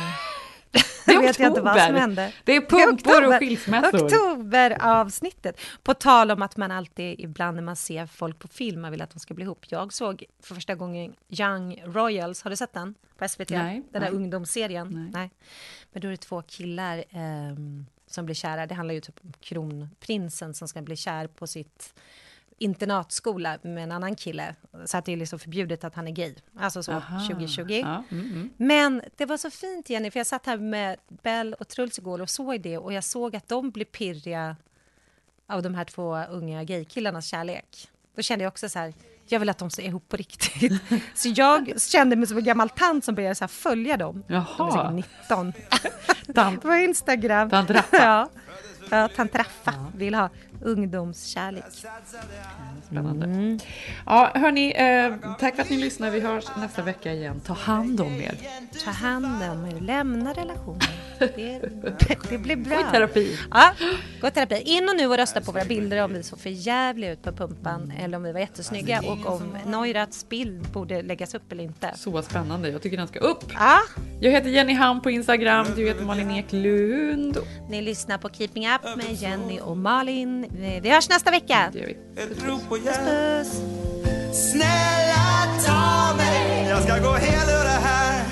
Det vet jag inte vad som hände. Det är pumpor och skilsmässor. Oktoberavsnittet. På tal om att man alltid, ibland när man ser folk på film, man vill att de ska bli ihop. Jag såg för första gången Young Royals. Har du sett den? På S V T? Nej. Den där nej. ungdomsserien. Nej. nej. Men då är det två killar eh, som blir kära. Det handlar ju typ om kronprinsen som ska bli kär på sitt internatskola med en annan kille, så att det är liksom förbjudet att han är gay, alltså så tjugo tjugo. Ja, mm, mm. Men det var så fint, Jenny, för jag satt här med Bell och Truls igår och såg det, och jag såg att de blev pirriga av de här två unga gaykillarnas kärlek. Då kände jag också så här, jag vill att de är ihop på riktigt. Så jag kände mig som en gammal tant som började så här följa dem. Jaha. De är säkert nitton. Tant. På Instagram. Tant Raffa. Ja. Ja, tant Raffa ja. Vill ha ungdomskärlek. Spännande. Mm. Ja, hörni, eh, tack för att ni lyssnar. Vi hörs nästa vecka igen. Ta hand om er. Ta hand om er. Lämna relationen. Det, det blir bra. Gå i terapi. Ja, gå i terapi. In och nu och rösta på våra bilder om vi såg för jävligt ut på pumpan eller om vi var jättesnygga, och om Neurats bild borde läggas upp eller inte. Så spännande. Jag tycker den ska upp. Ja. Jag heter Jenny Ham på Instagram. Du heter Malin Eklund. Ni lyssnar på Keeping Up med Jenny och Malin. Vi hörs nästa vecka. Det gör vi. Puss, puss. Snälla ta mig, jag ska gå hel ur det här.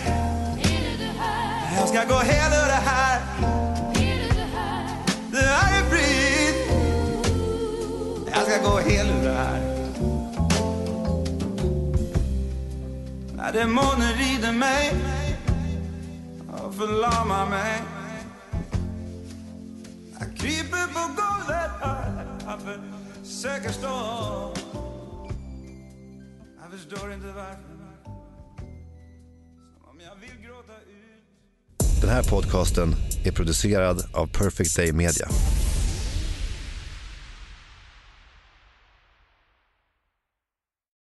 Jag ska gå hel ur det här. Det här är fritt. Jag ska gå hel ur det här. När demoner rider mig och förlamar mig. Jag kryper på golvet, jag försöker stå. Jag förstår inte varför. Som om jag vill gråta ut. Den här podcasten är producerad av Perfect Day Media.